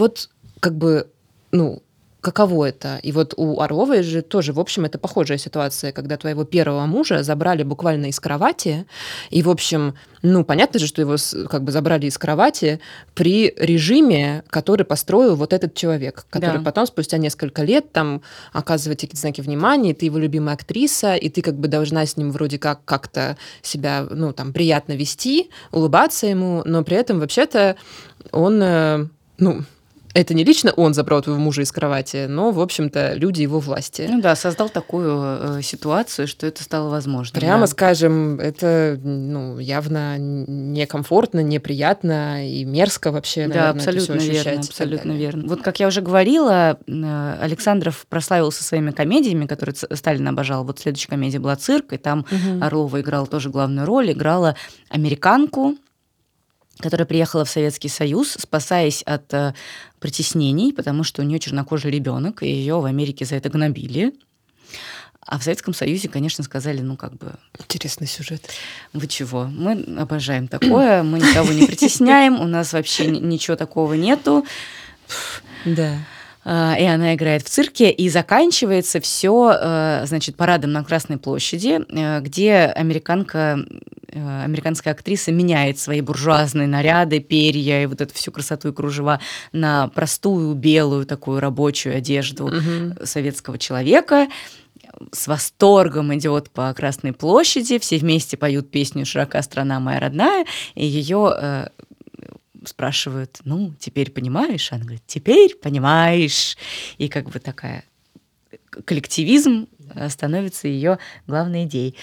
каково это? И у Орловой же тоже, в общем, это похожая ситуация, когда твоего первого мужа забрали буквально из кровати, и, в общем, понятно же, что его забрали из кровати при режиме, который построил этот человек, который потом, спустя несколько лет, оказывает какие-то знаки внимания, ты его любимая актриса, и ты должна с ним вроде как-то себя, приятно вести, улыбаться ему, но при этом вообще-то он, это не лично он забрал твоего мужа из кровати, но, в общем-то, люди его власти. Создал такую ситуацию, что это стало возможно. Прямо скажем, это явно некомфортно, неприятно и мерзко вообще, наверное, абсолютно это верно, абсолютно верно. Как я уже говорила, Александров прославился своими комедиями, которые Сталин обожал. Следующая комедия была «Цирк», и там Орлова играла тоже главную роль, играла американку, которая приехала в Советский Союз, спасаясь от притеснений, потому что у нее чернокожий ребенок, и ее в Америке за это гнобили. А в Советском Союзе, конечно, сказали, Интересный сюжет. Вы чего? Мы обожаем такое, мы никого не притесняем, у нас вообще ничего такого нету. Да. И она играет в цирке, и заканчивается все, парадом на Красной площади, где американская актриса меняет свои буржуазные наряды, перья и эту всю красоту и кружева на простую белую такую рабочую одежду советского человека. с восторгом идет по Красной площади, все вместе поют песню «Широка страна моя родная», и ее спрашивают, ну, теперь понимаешь? Она говорит, теперь понимаешь. И как бы такая коллективизм становится ее главной идеей.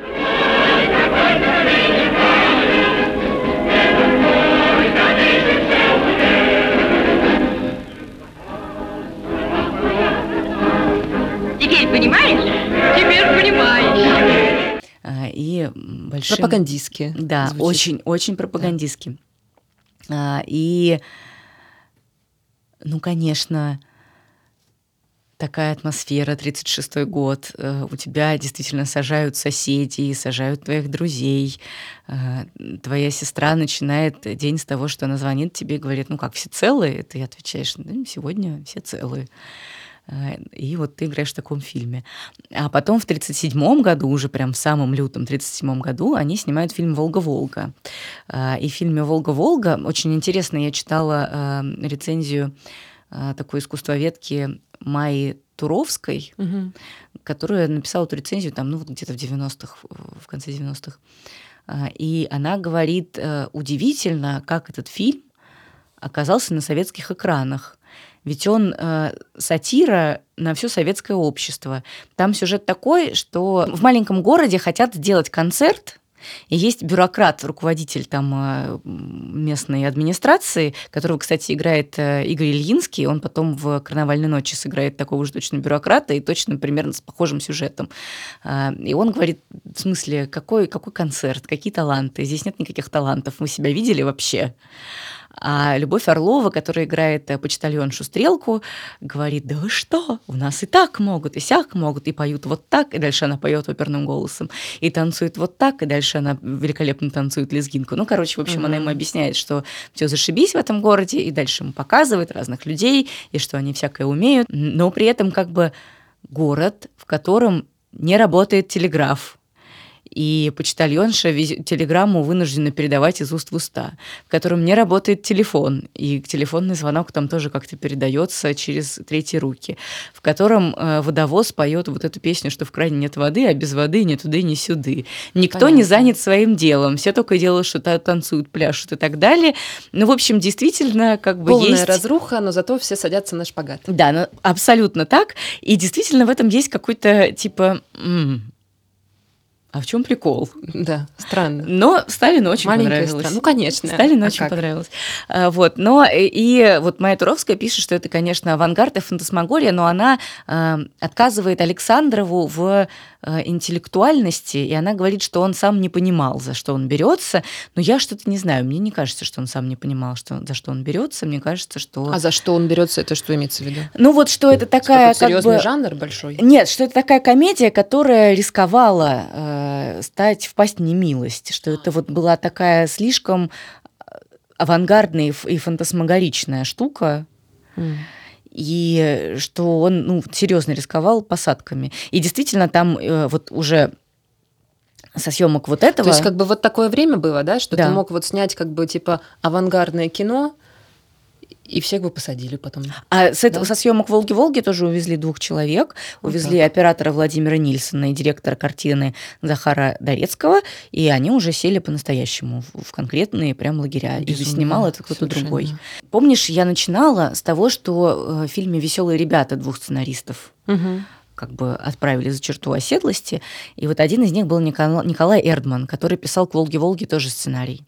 Теперь понимаешь? Теперь понимаешь. И большим... Пропагандистски. Да, очень-очень пропагандистски. И, ну, конечно, такая атмосфера, 36-й год, у тебя действительно сажают соседей, сажают твоих друзей, твоя сестра начинает день с того, что она звонит тебе и говорит, ну как, все целые? И ты отвечаешь, ну, сегодня все целые. И вот ты играешь в таком фильме. А потом в 1937 году, уже прям в самом лютом 1937 году, они снимают фильм «Волга-Волга». И в фильме «Волга-Волга» очень интересно, я читала рецензию такой искусствоведки Майи Туровской, которая написала эту рецензию там, ну, вот где-то в 90-х, в конце 90-х. И она говорит, удивительно, как этот фильм оказался на советских экранах. Ведь он сатира на все советское общество. Там сюжет такой, что в маленьком городе хотят сделать концерт, и есть бюрократ, руководитель там местной администрации, которого, кстати, играет Игорь Ильинский. Он потом в «Карнавальной ночи» сыграет такого же точно бюрократа и точно примерно с похожим сюжетом. И он говорит, в смысле, какой концерт, какие таланты? Здесь нет никаких талантов. Вы себя видели вообще? А Любовь Орлова, которая играет почтальоншу Стрелку, говорит, да вы что, у нас и так могут, и сяк могут, и поют вот так, и дальше она поет оперным голосом, и танцует вот так, и дальше она великолепно танцует лезгинку. Ну, короче, в общем, она ему объясняет, что все зашибись в этом городе, и дальше ему показывает разных людей, и что они всякое умеют, но при этом как бы город, в котором не работает телеграф, и почтальонша телеграмму вынуждена передавать из уст в уста, в котором не работает телефон, и телефонный звонок там тоже как-то передается через третьи руки, в котором водовоз поет вот эту песню, что в кране нет воды, а без воды ни туды, ни сюды. Никто Понятно. Не занят своим делом, все только делают, что танцуют, пляшут и так далее. Ну, в общем, действительно, как бы полная есть... разруха, но зато все садятся на шпагат. Да, ну, абсолютно так. И действительно в этом есть какой-то типа... А в чем прикол? Да, странно. Но Сталину очень Маленькая понравилось. страна. Ну, конечно. Сталину очень понравилось. Вот. Но и вот Майя Туровская пишет, что это, конечно, авангард и фантасмагория, но она отказывает Александрову в интеллектуальности, и она говорит, что он сам не понимал, за что он берется. Но я что-то не знаю, мне не кажется, что он сам не понимал, за что он берется. Мне кажется, что... А за что он берется, это что имеется в виду? Ну вот, что это такая... Серьезный жанр большой? Нет, что это такая комедия, которая рисковала впасть в немилость, что это вот была такая слишком авангардная и фантасмагоричная штука, и что он серьезно рисковал посадками. И действительно там вот уже со съемок вот этого... То есть как бы вот такое время было, да, что ты мог вот снять как бы типа авангардное кино, и всех бы посадили потом. А со съемок «Волги-Волги» тоже увезли 2 человек. Увезли оператора Владимира Нильсона и директора картины Захара Дорецкого, и они уже сели по-настоящему в конкретные прям лагеря. Безумно. И снимал это кто-то другой. Помнишь, я начинала с того, что в фильме «Веселые ребята» 2 сценаристов как бы отправили за черту оседлости. И вот один из них был Николай Эрдман, который писал к «Волге-Волге» тоже сценарий.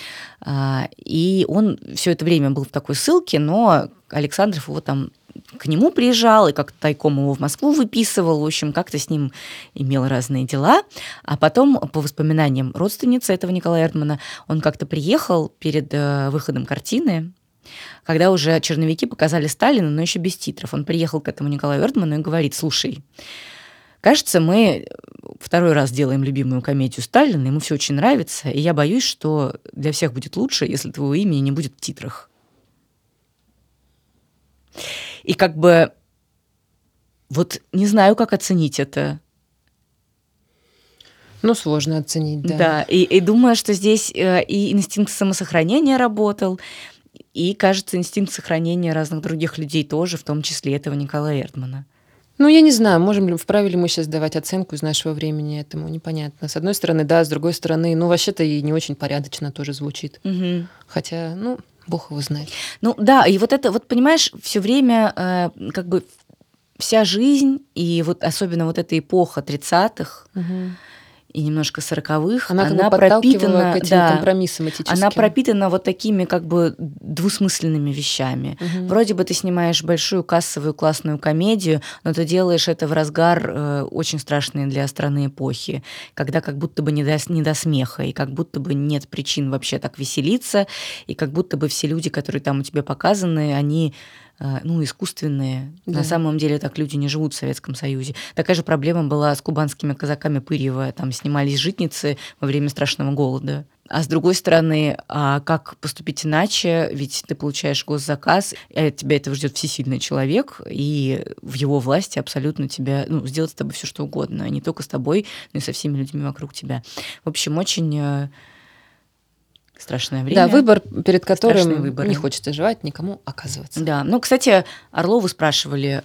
И он все это время был в такой ссылке, но Александров его там к нему приезжал и как-то тайком его в Москву выписывал, в общем, как-то с ним имел разные дела. А потом, по воспоминаниям родственницы этого Николая Эрдмана, он как-то приехал перед выходом картины, когда уже черновики показали Сталина, но еще без титров. Он приехал к этому Николаю Эрдману и говорит, слушай, кажется, мы 2-й раз делаем любимую комедию Сталина, ему все очень нравится, и я боюсь, что для всех будет лучше, если твоего имени не будет в титрах. И как бы вот не знаю, как оценить это. Ну, сложно оценить, да. Да, и думаю, что здесь и инстинкт самосохранения работал, и, кажется, инстинкт сохранения разных других людей тоже, в том числе этого Николая Эрдмана. Ну, я не знаю, вправе ли мы сейчас давать оценку из нашего времени этому, непонятно. С одной стороны, да, с другой стороны, вообще-то и не очень порядочно тоже звучит. Угу. Хотя, бог его знает. Ну, да, и вот это, понимаешь, все время как бы вся жизнь, и вот особенно вот эта эпоха 30-х, и немножко 40-х, она пропитана к этим компромиссам этическим. Она пропитана вот такими как бы двусмысленными вещами. Вроде бы ты снимаешь большую кассовую классную комедию, но ты делаешь это в разгар очень страшной для страны эпохи, когда как будто бы не до смеха, и как будто бы нет причин вообще так веселиться, и как будто бы все люди, которые там у тебя показаны, они искусственные. Да. На самом деле так люди не живут в Советском Союзе. Такая же проблема была с кубанскими казаками Пырьева. Там снимались житницы во время страшного голода. А с другой стороны, как поступить иначе? Ведь ты получаешь госзаказ, и от тебя этого ждет всесильный человек, и в его власти абсолютно тебя, сделать с тобой все что угодно, не только с тобой, но и со всеми людьми вокруг тебя. В общем, очень страшное время. Да, выбор, перед которым не хочется жевать, никому оказываться. Да, кстати, Орлову спрашивали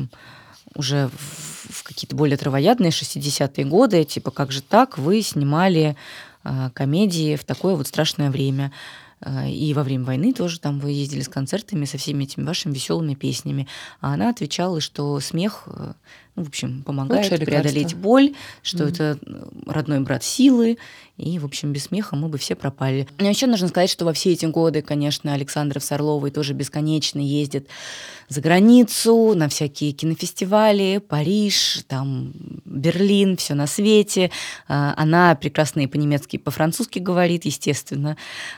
уже в какие-то более травоядные 60-е годы, типа, как же так, вы снимали комедии в такое вот страшное время. И во время войны тоже там вы ездили с концертами, со всеми этими вашими веселыми песнями. А она отвечала, что смех, в общем, помогает преодолеть боль, что это родной брат силы, и, в общем, без смеха мы бы все пропали. Но еще нужно сказать, что во все эти годы, конечно, Александров с Орловой тоже бесконечно ездят за границу, на всякие кинофестивали, Париж, там, Берлин, все на свете. Она прекрасно и по-немецки, и по-французски говорит, естественно.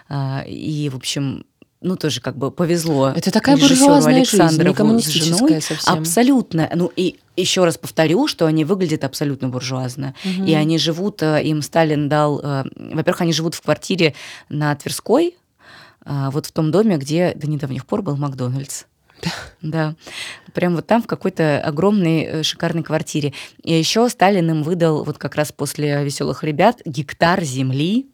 И, в общем, тоже как бы повезло. Это такая буржуазная жизнь, не коммунистическая с женой. Совсем. Абсолютно. И еще раз повторю, что они выглядят абсолютно буржуазно. И они живут, им Сталин дал... Во-первых, они живут в квартире на Тверской, вот в том доме, где до недавних пор был Макдональдс. Да. Прям вот там в какой-то огромной шикарной квартире. И еще Сталин им выдал вот как раз после «Веселых ребят» гектар земли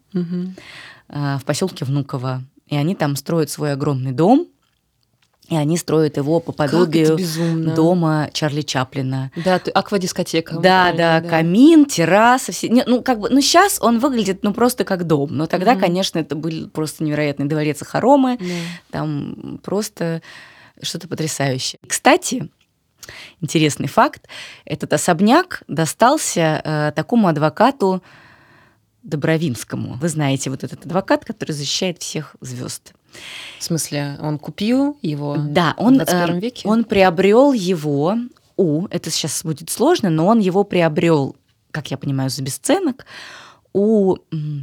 в поселке Внуково. И они там строят свой огромный дом, и они строят его по подобию дома Чарли Чаплина. Да, аквадискотека. Да, камин, терраса. Сейчас он выглядит просто как дом. Но тогда, конечно, это был просто невероятный дворец хоромы. Там просто что-то потрясающее. Кстати, интересный факт. Этот особняк достался такому адвокату Добровинскому. Вы знаете, вот этот адвокат, который защищает всех звезд. В смысле, он купил его в 21 веке? Он приобрел его это сейчас будет сложно, но он его приобрел, как я понимаю, за бесценок у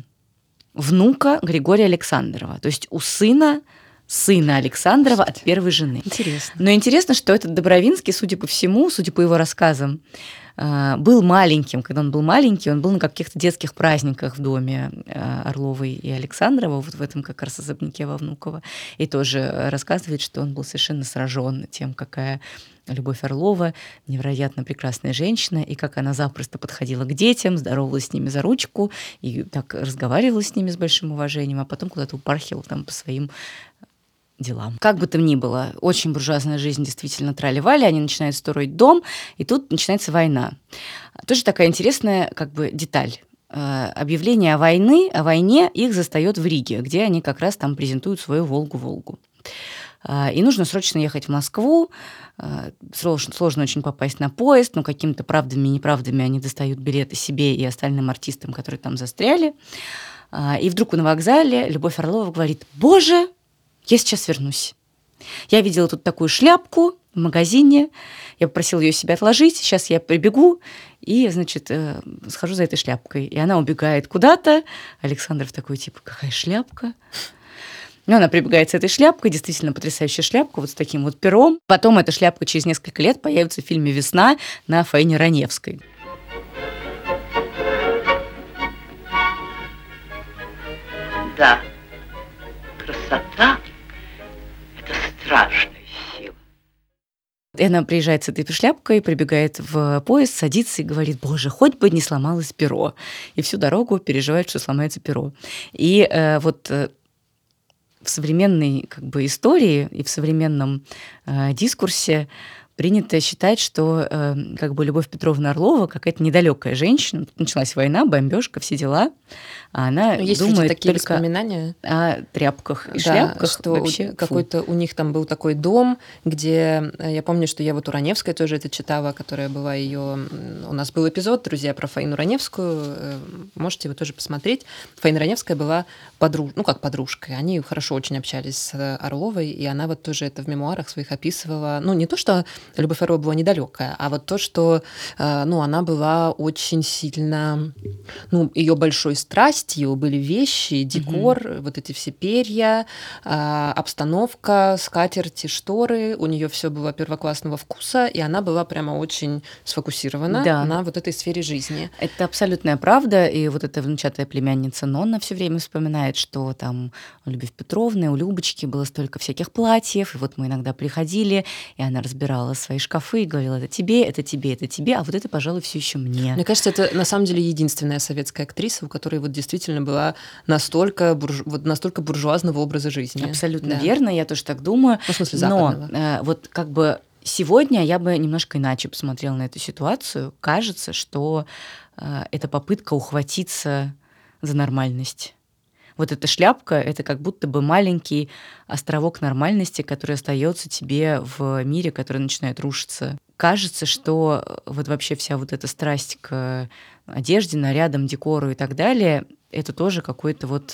внука Григория Александрова, то есть у сына Александрова от первой жены. Интересно. Но интересно, что этот Добровинский, судя по всему, судя по его рассказам, был маленьким. Когда он был маленький, он был на каких-то детских праздниках в доме Орловой и Александрова, вот в этом как раз особняке во Внуково. И тоже рассказывает, что он был совершенно сражен тем, какая Любовь Орлова невероятно прекрасная женщина, и как она запросто подходила к детям, здоровалась с ними за ручку, и так разговаривала с ними с большим уважением, а потом куда-то упархивала там по своим делам. Как бы там ни было, очень буржуазная жизнь действительно трали-вали, они начинают строить дом, и тут начинается война. Тоже такая интересная как бы деталь. Объявление о войне их застает в Риге, где они как раз там презентуют свою «Волгу-Волгу». И нужно срочно ехать в Москву, сложно очень попасть на поезд, но какими-то правдами и неправдами они достают билеты себе и остальным артистам, которые там застряли. И вдруг на вокзале Любовь Орлова говорит: «Боже, я сейчас вернусь. Я видела тут такую шляпку в магазине, я попросила ее себе отложить, сейчас я прибегу и, значит, схожу за этой шляпкой». И она убегает куда-то. Александров такой, типа: «Какая шляпка?» Ну, она прибегает с этой шляпкой, действительно потрясающая шляпка, вот с таким вот пером. Потом эта шляпка через несколько лет появится в фильме «Весна» на Фаине Раневской. Да, красота – это страшная сила. И она приезжает с этой шляпкой, прибегает в поезд, садится и говорит: «Боже, хоть бы не сломалось перо». И всю дорогу переживает, что сломается перо. И в современной как бы истории и в современном дискурсе принято считать, что как бы Любовь Петровна Орлова какая-то недалекая женщина. Тут началась война, бомбежка, все дела. А она думает такие только воспоминания о тряпках и шляпках. Что вообще, какой-то у них там был такой дом, где я помню, что я вот у Раневской тоже это читала, которая была ее. У нас был эпизод, друзья, про Фаину Раневскую. Можете его тоже посмотреть. Фаина Раневская была подружкой. Они хорошо очень общались с Орловой, и она вот тоже это в мемуарах своих описывала. Не то, что Любовь Орлова была недалекая, а вот то, что она была очень сильно, ее большой страстью были вещи, декор, вот эти все перья, обстановка, скатерти, шторы. У нее все было первоклассного вкуса, и она была прямо очень сфокусирована на вот этой сфере жизни. Это абсолютная правда, и вот эта внучатая племянница Нонна все время вспоминает, что там у Любовь Петровны, у Любочки было столько всяких платьев, и вот мы иногда приходили, и она разбирала свои шкафы и говорила: это тебе, это тебе, это тебе, а вот это, пожалуй, все еще мне. Мне кажется, это на самом деле единственная советская актриса, у которой вот действительно была настолько буржуазного образа жизни. Абсолютно верно, я тоже так думаю. В смысле, западного. Но вот как бы сегодня я бы немножко иначе посмотрела на эту ситуацию. Кажется, что это попытка ухватиться за нормальность. Вот эта шляпка — это как будто бы маленький островок нормальности, который остается тебе в мире, который начинает рушиться. Кажется, что вот вообще вся вот эта страсть к одежде, нарядам, декору и так далее — это тоже какой-то вот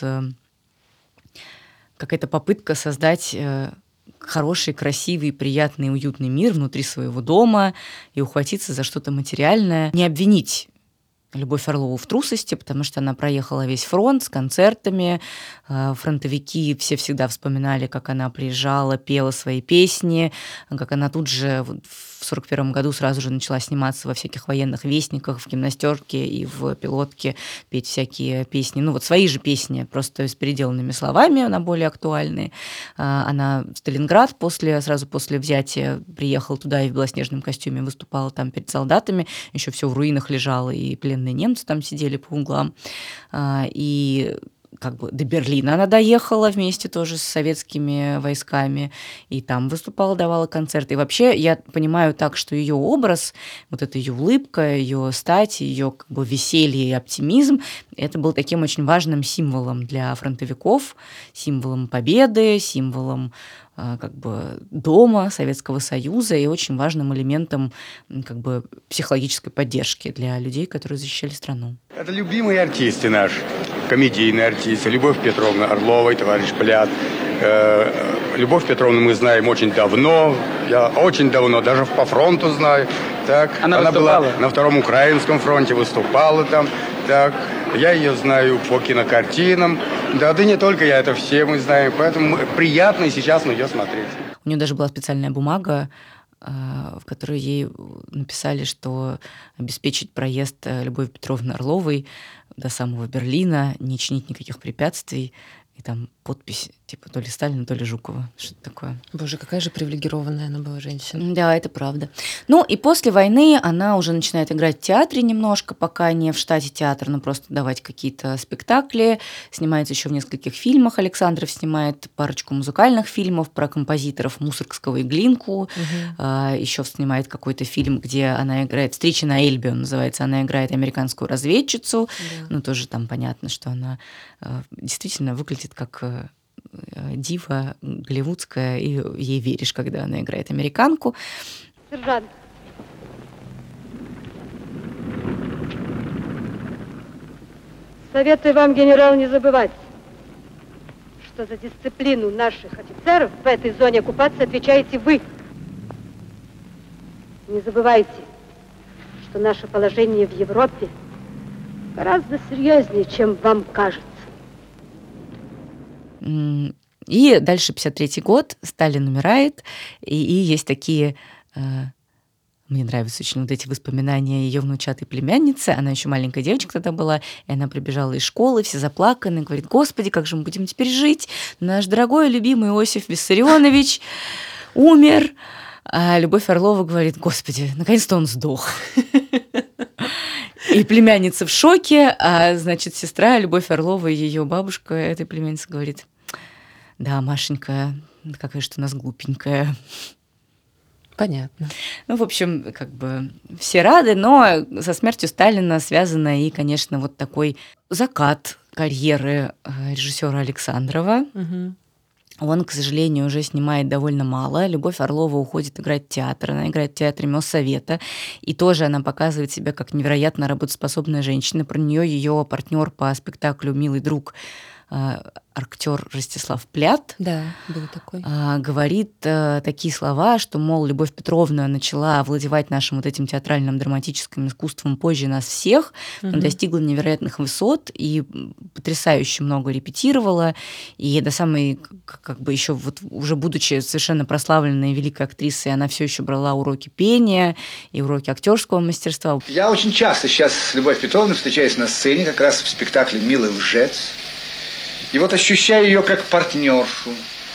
какая-то попытка создать хороший, красивый, приятный, уютный мир внутри своего дома и ухватиться за что-то материальное. Не обвинить Любовь Орлову в трусости, потому что она проехала весь фронт с концертами. Фронтовики все всегда вспоминали, как она приезжала, пела свои песни, как она тут же в 1941 году сразу же начала сниматься во всяких военных вестниках, в гимнастерке и в пилотке, петь всякие песни. Свои же песни, просто с переделанными словами, она более актуальные. Она в Сталинград сразу после взятия приехала туда и в белоснежном костюме выступала там перед солдатами. Еще все в руинах лежало, и пленные немцы там сидели по углам. И как бы до Берлина она доехала вместе тоже с советскими войсками, и там выступала, давала концерты. И вообще я понимаю так, что ее образ, вот эта ее улыбка, ее стать, ее как бы веселье и оптимизм, это был таким очень важным символом для фронтовиков, символом победы, символом как бы дома Советского Союза и очень важным элементом как бы психологической поддержки для людей, которые защищали страну. Это любимые артисты наши, комедийные артисты. Любовь Петровна Орлова, товарищ Плят. Любовь Петровну мы знаем очень давно, я очень давно, даже по фронту знаю. Так, она была на Втором Украинском фронте, выступала там. Так, я ее знаю по кинокартинам. Да не только я, это все мы знаем. Поэтому приятно сейчас на нее смотреть. У нее даже была специальная бумага, в которой ей написали, что обеспечить проезд Любови Петровны Орловой до самого Берлина, не чинить никаких препятствий. И там подпись, типа, то ли Сталина, то ли Жукова. Что-то такое. Боже, какая же привилегированная она была женщина. Да, это правда. И после войны она уже начинает играть в театре немножко, пока не в штате театра, но просто давать какие-то спектакли. Снимается еще в нескольких фильмах. Александров снимает парочку музыкальных фильмов про композиторов Мусоргского и Глинку. Угу. Еще снимает какой-то фильм, где она играет «Встреча на Эльбе», он называется. Она играет американскую разведчицу. Да. Тоже там понятно, что она действительно выглядит как дива голливудская, и ей веришь, когда она играет американку. Сержант. Советую вам, генерал, не забывать, что за дисциплину наших офицеров в этой зоне оккупации отвечаете вы. Не забывайте, что наше положение в Европе гораздо серьезнее, чем вам кажется. И дальше 1953 год, Сталин умирает, и есть такие, мне нравятся очень вот эти воспоминания ее внучатой племянницы, она еще маленькая девочка тогда была, и она прибежала из школы, все заплаканы, говорит: «Господи, как же мы будем теперь жить? Наш дорогой, любимый Иосиф Виссарионович умер». А Любовь Орлова говорит: «Господи, наконец-то он сдох». И племянница в шоке, а, значит, сестра Любовь Орлова, ее бабушка этой племянницы, говорит: «Да, Машенька, какая же ты у нас глупенькая». Понятно. Ну, в общем, как бы все рады, но со смертью Сталина связано и, конечно, вот такой закат карьеры режиссера Александрова. Угу. Он, к сожалению, уже снимает довольно мало. Любовь Орлова уходит играть в театр. Она играет в театре Моссовета. И тоже она показывает себя как невероятно работоспособная женщина. Про нее ее партнер по спектаклю «Милый друг», актер Ростислав Плят, да, был такой, говорит такие слова, что, мол, Любовь Петровна начала овладевать нашим вот этим театральным драматическим искусством позже нас всех, достигла невероятных высот и потрясающе много репетировала, и до самой, как бы еще вот уже будучи совершенно прославленной великой актрисой, она все еще брала уроки пения и уроки актерского мастерства. Я очень часто сейчас с Любовью Петровной встречаюсь на сцене, как раз в спектакле «Милый лжец». И вот ощущаю ее как партнершу,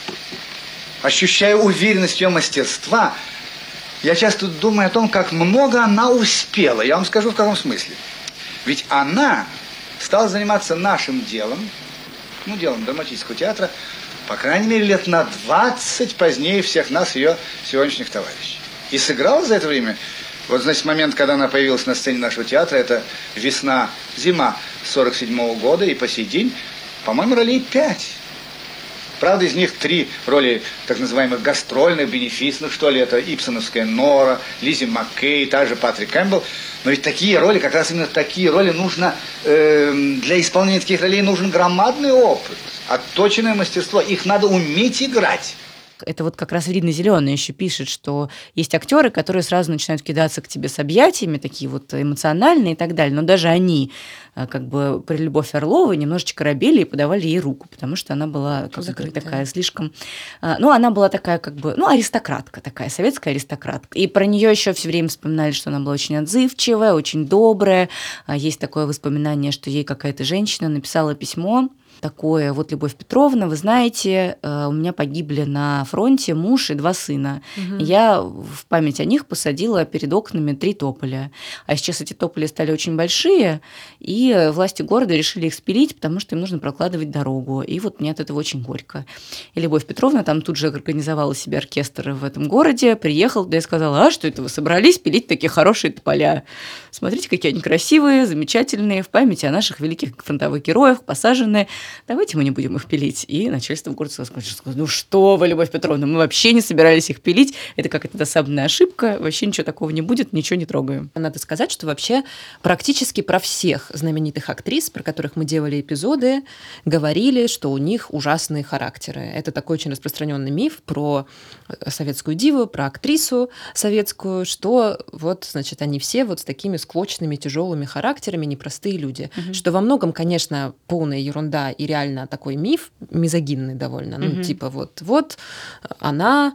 ощущаю уверенность ее мастерства. Я часто думаю о том, как много она успела. Я вам скажу, в каком смысле. Ведь она стала заниматься нашим делом, ну, делом драматического театра, по крайней мере, лет на 20 позднее всех нас, ее сегодняшних товарищей. И сыграла за это время, вот, значит, момент, когда она появилась на сцене нашего театра, это зима 47-го года, и по сей день, по-моему, ролей 5. Правда, из них 3 роли так называемых гастрольных, бенефисных, что ли. Это ибсоновская Нора, Лиззи Маккей, также Патрик Кэмпбелл. Но ведь такие роли, как раз именно такие роли нужно, для исполнения таких ролей нужен громадный опыт, отточенное мастерство. Их надо уметь играть. Это вот как раз Ирина Зеленая еще пишет, что есть актеры, которые сразу начинают кидаться к тебе с объятиями, такие вот эмоциональные и так далее, но даже они, как бы при Любовь Орловой, немножечко робели и подавали ей руку, потому что она была как бы такая слишком... Ну, она была такая как бы, ну, аристократка такая, советская аристократка. И про нее еще все время вспоминали, что она была очень отзывчивая, очень добрая. Есть такое воспоминание, что ей какая-то женщина написала письмо, такое: вот, Любовь Петровна, вы знаете, у меня погибли на фронте муж и 2 сына. Я в память о них посадила перед окнами 3 тополя. А сейчас эти тополи стали очень большие, и власти города решили их спилить, потому что им нужно прокладывать дорогу. И вот мне от этого очень горько. И Любовь Петровна там тут же организовала себе оркестр в этом городе, приехала туда и сказала: а что это вы собрались пилить такие хорошие тополя? Смотрите, какие они красивые, замечательные, в память о наших великих фронтовых героях, посаженные. Давайте мы не будем их пилить. И начальство города сказало: ну что вы, Любовь Петровна, мы вообще не собирались их пилить. Это какая-то досадная ошибка, вообще ничего такого не будет, ничего не трогаем. Надо сказать, что вообще практически про всех знаменитых актрис, про которых мы делали эпизоды, говорили, что у них ужасные характеры. Это такой очень распространенный миф про советскую диву, про актрису советскую, что вот, значит, они все вот с такими склочными, тяжелыми характерами, непростые люди. Что во многом, конечно, полная ерунда и реально такой миф, мизогинный довольно. Ну, типа вот она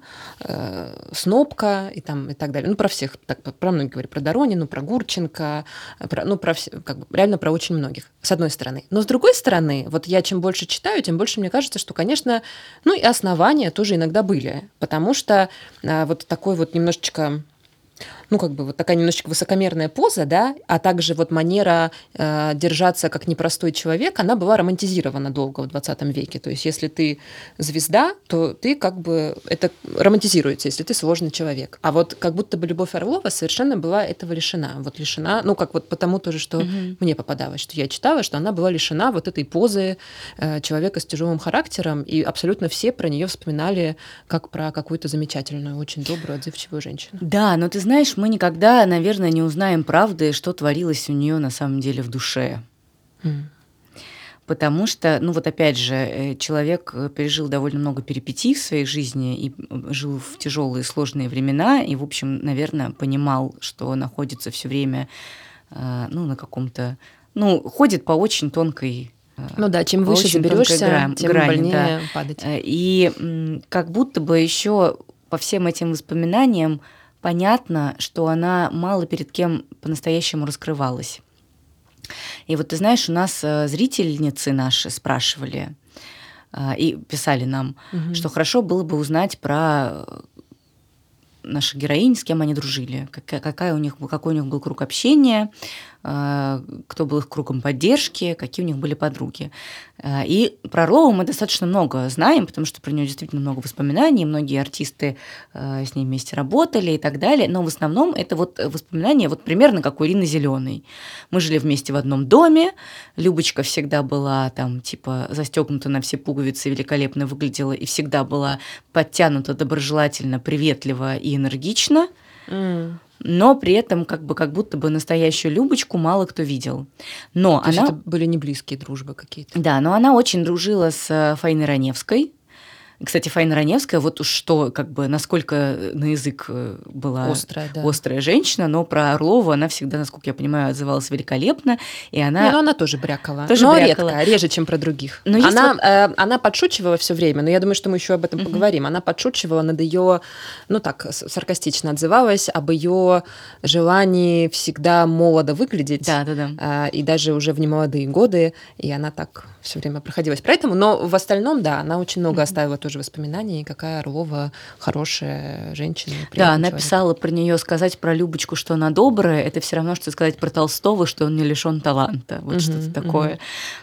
снобка и так далее. Ну, про всех, про многих говорю, про Доронину, про Гурченко, реально про очень многих, с одной стороны. Но с другой стороны, вот я чем больше читаю, тем больше мне кажется, что, конечно, ну и основания тоже иногда были, потому что вот такой вот немножечко... Ну, как бы вот такая немножечко высокомерная поза, да, а также вот манера держаться как непростой человек, она была романтизирована долго в 20 веке. То есть если ты звезда, то ты как бы... Это романтизируется, если ты сложный человек. А вот как будто бы Любовь Орлова совершенно была этого лишена. Вот лишена, ну, как вот потому тоже, что мне попадалось, что я читала, что она была лишена вот этой позы человека с тяжелым характером, и абсолютно все про нее вспоминали как про какую-то замечательную, очень добрую, отзывчивую женщину. Да, но ты знаешь, мы никогда, наверное, не узнаем правды, что творилось у нее на самом деле в душе. Потому что, ну вот опять же, человек пережил довольно много перипетий в своей жизни и жил в тяжелые, сложные времена, и, в общем, наверное, понимал, что находится все время, ну, на каком-то... Ну, ходит по очень тонкой... Ну да, чем выше заберешься, тем больнее падать. И как будто бы еще по всем этим воспоминаниям понятно, что она мало перед кем по-настоящему раскрывалась. И вот ты знаешь, у нас зрительницы наши спрашивали и писали нам, что хорошо было бы узнать про наших героинь, с кем они дружили, какой у них был круг общения, кто был их кругом поддержки, какие у них были подруги. И про Орлову мы достаточно много знаем, потому что про нее действительно много воспоминаний, многие артисты с ней вместе работали и так далее, но в основном это вот воспоминания вот примерно как у Ирины Зеленой. Мы жили вместе в одном доме, Любочка всегда была там типа застегнута на все пуговицы, великолепно выглядела и всегда была подтянута, доброжелательно, приветлива и энергична. Но при этом как будто бы настоящую Любочку мало кто видел. Но то она... это были не близкие дружбы какие-то. Да, но она очень дружила с Фаиной Раневской. Кстати, Фаина Раневская, вот уж что, как бы, насколько на язык была острая женщина, но про Орлову она всегда, насколько я понимаю, отзывалась великолепно, и она... она тоже брякала. Но редко, реже, чем про других. Она подшучивала все время, но я думаю, что мы еще об этом поговорим. Она подшучивала над ее, саркастично отзывалась об ее желании всегда молодо выглядеть. Да. И даже уже в немолодые годы, и она так все время проходилась. Поэтому, но в остальном, да, она очень много оставила тоже воспоминаний, какая Орлова хорошая женщина. Да, она писала про нее, сказать про Любочку, что она добрая, это все равно, что сказать про Толстого, что он не лишен таланта. Вот что-то такое.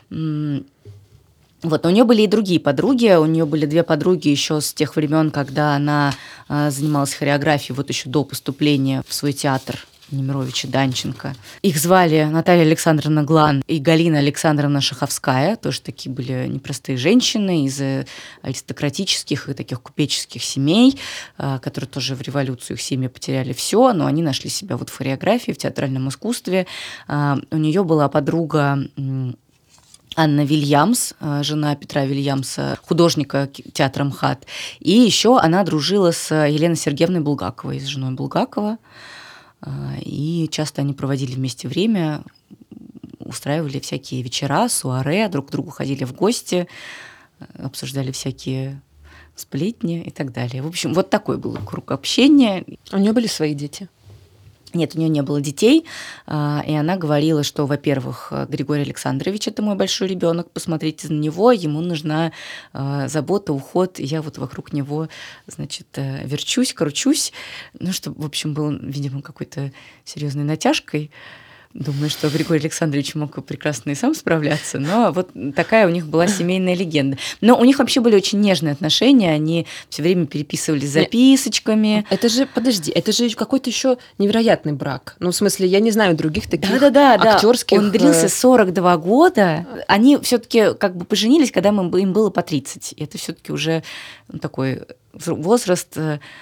Вот, но у нее были и другие подруги. У нее были 2 подруги еще с тех времен, когда она занималась хореографией, вот еще до поступления в свой театр Немировича Данченко. Их звали Наталья Александровна Глан и Галина Александровна Шаховская. Тоже такие были непростые женщины из аристократических и таких купеческих семей, которые тоже в революцию их семьи потеряли все, но они нашли себя вот в хореографии, в театральном искусстве. У нее была подруга Анна Вильямс, жена Петра Вильямса, художника театра МХАТ. И еще она дружила с Еленой Сергеевной Булгаковой, с женой Булгакова. И часто они проводили вместе время, устраивали всякие вечера, суаре, друг к другу ходили в гости, обсуждали всякие сплетни и так далее. В общем, вот такой был круг общения. У нее были свои дети? Нет, у нее не было детей, и она говорила, что, во-первых, Григорий Александрович – это мой большой ребенок, посмотрите на него, ему нужна забота, уход, и я вот вокруг него, значит, верчусь, кручусь, чтобы, в общем, был, видимо, какой-то серьезной натяжкой. Думаю, что Григорий Александрович мог прекрасно и сам справляться, но вот такая у них была семейная легенда. Но у них вообще были очень нежные отношения, они все время переписывались записочками. Это же, подожди, это же какой-то еще невероятный брак. Ну, в смысле, я не знаю других таких актерских... Он длился 42 года. Они все-таки как бы поженились, когда им было по 30. И это все-таки уже такой возраст...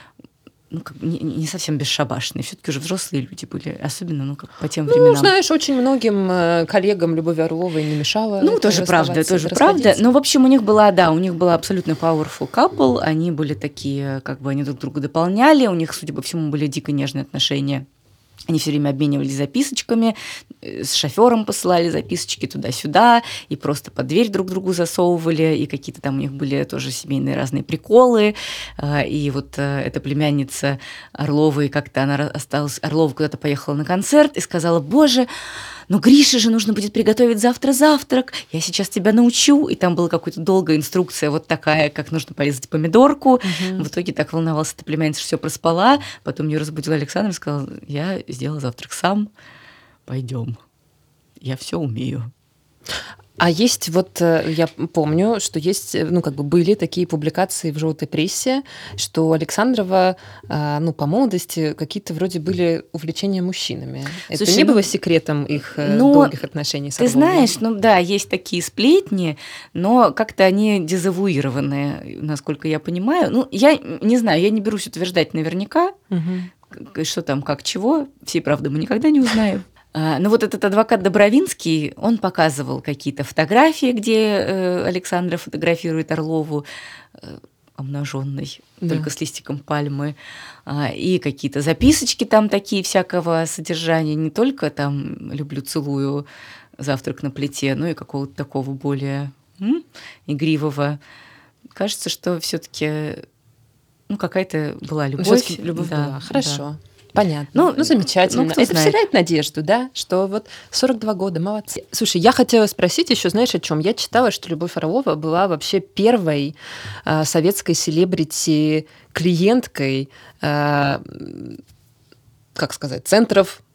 не совсем бесшабашные, все-таки уже взрослые люди были, особенно по тем временам. Знаешь, очень многим коллегам Любови Орловой не мешало. Тоже правда. Но, в общем, у них была абсолютно powerful couple, они были такие, как бы они друг друга дополняли, у них, судя по всему, были дико нежные отношения. Они все время обменивались записочками, с шофером посылали записочки туда-сюда, и просто под дверь друг другу засовывали, и какие-то там у них были тоже семейные разные приколы. И вот эта племянница Орловой, как-то она осталась, Орлова куда-то поехала на концерт и сказала: «Боже, но Грише же нужно будет приготовить завтра завтрак, я сейчас тебя научу». И там была какая-то долгая инструкция вот такая, как нужно порезать помидорку. В итоге так волновалась эта племянница, что все проспала. Потом ее разбудил Александр и сказал: «Я сделал завтрак сам, пойдем, я все умею». А есть я помню, что есть, были такие публикации в желтой прессе, что Александрова, по молодости какие-то вроде были увлечения мужчинами. Это не было секретом их долгих отношений с Орловой? Ты знаешь, есть такие сплетни, но как-то они дезавуированы, насколько я понимаю. Я не знаю, я не берусь утверждать наверняка, что там, как, чего, всей правды мы никогда не узнаем. Но вот этот адвокат Добровинский, он показывал какие-то фотографии, где Александра фотографирует Орлову обнаженной, только с листиком пальмы, и какие-то записочки там такие всякого содержания, не только там «люблю, целую», «завтрак на плите», но и какого-то такого более игривого. Кажется, что все-таки какая-то была любовь. Любовь была. Хорошо. Да. Понятно. Замечательно. Это вселяет надежду, да, что 42 года, молодцы. Слушай, я хотела спросить еще, знаешь, о чем? Я читала, что Любовь Орлова была вообще первой советской селебрити-клиенткой, центров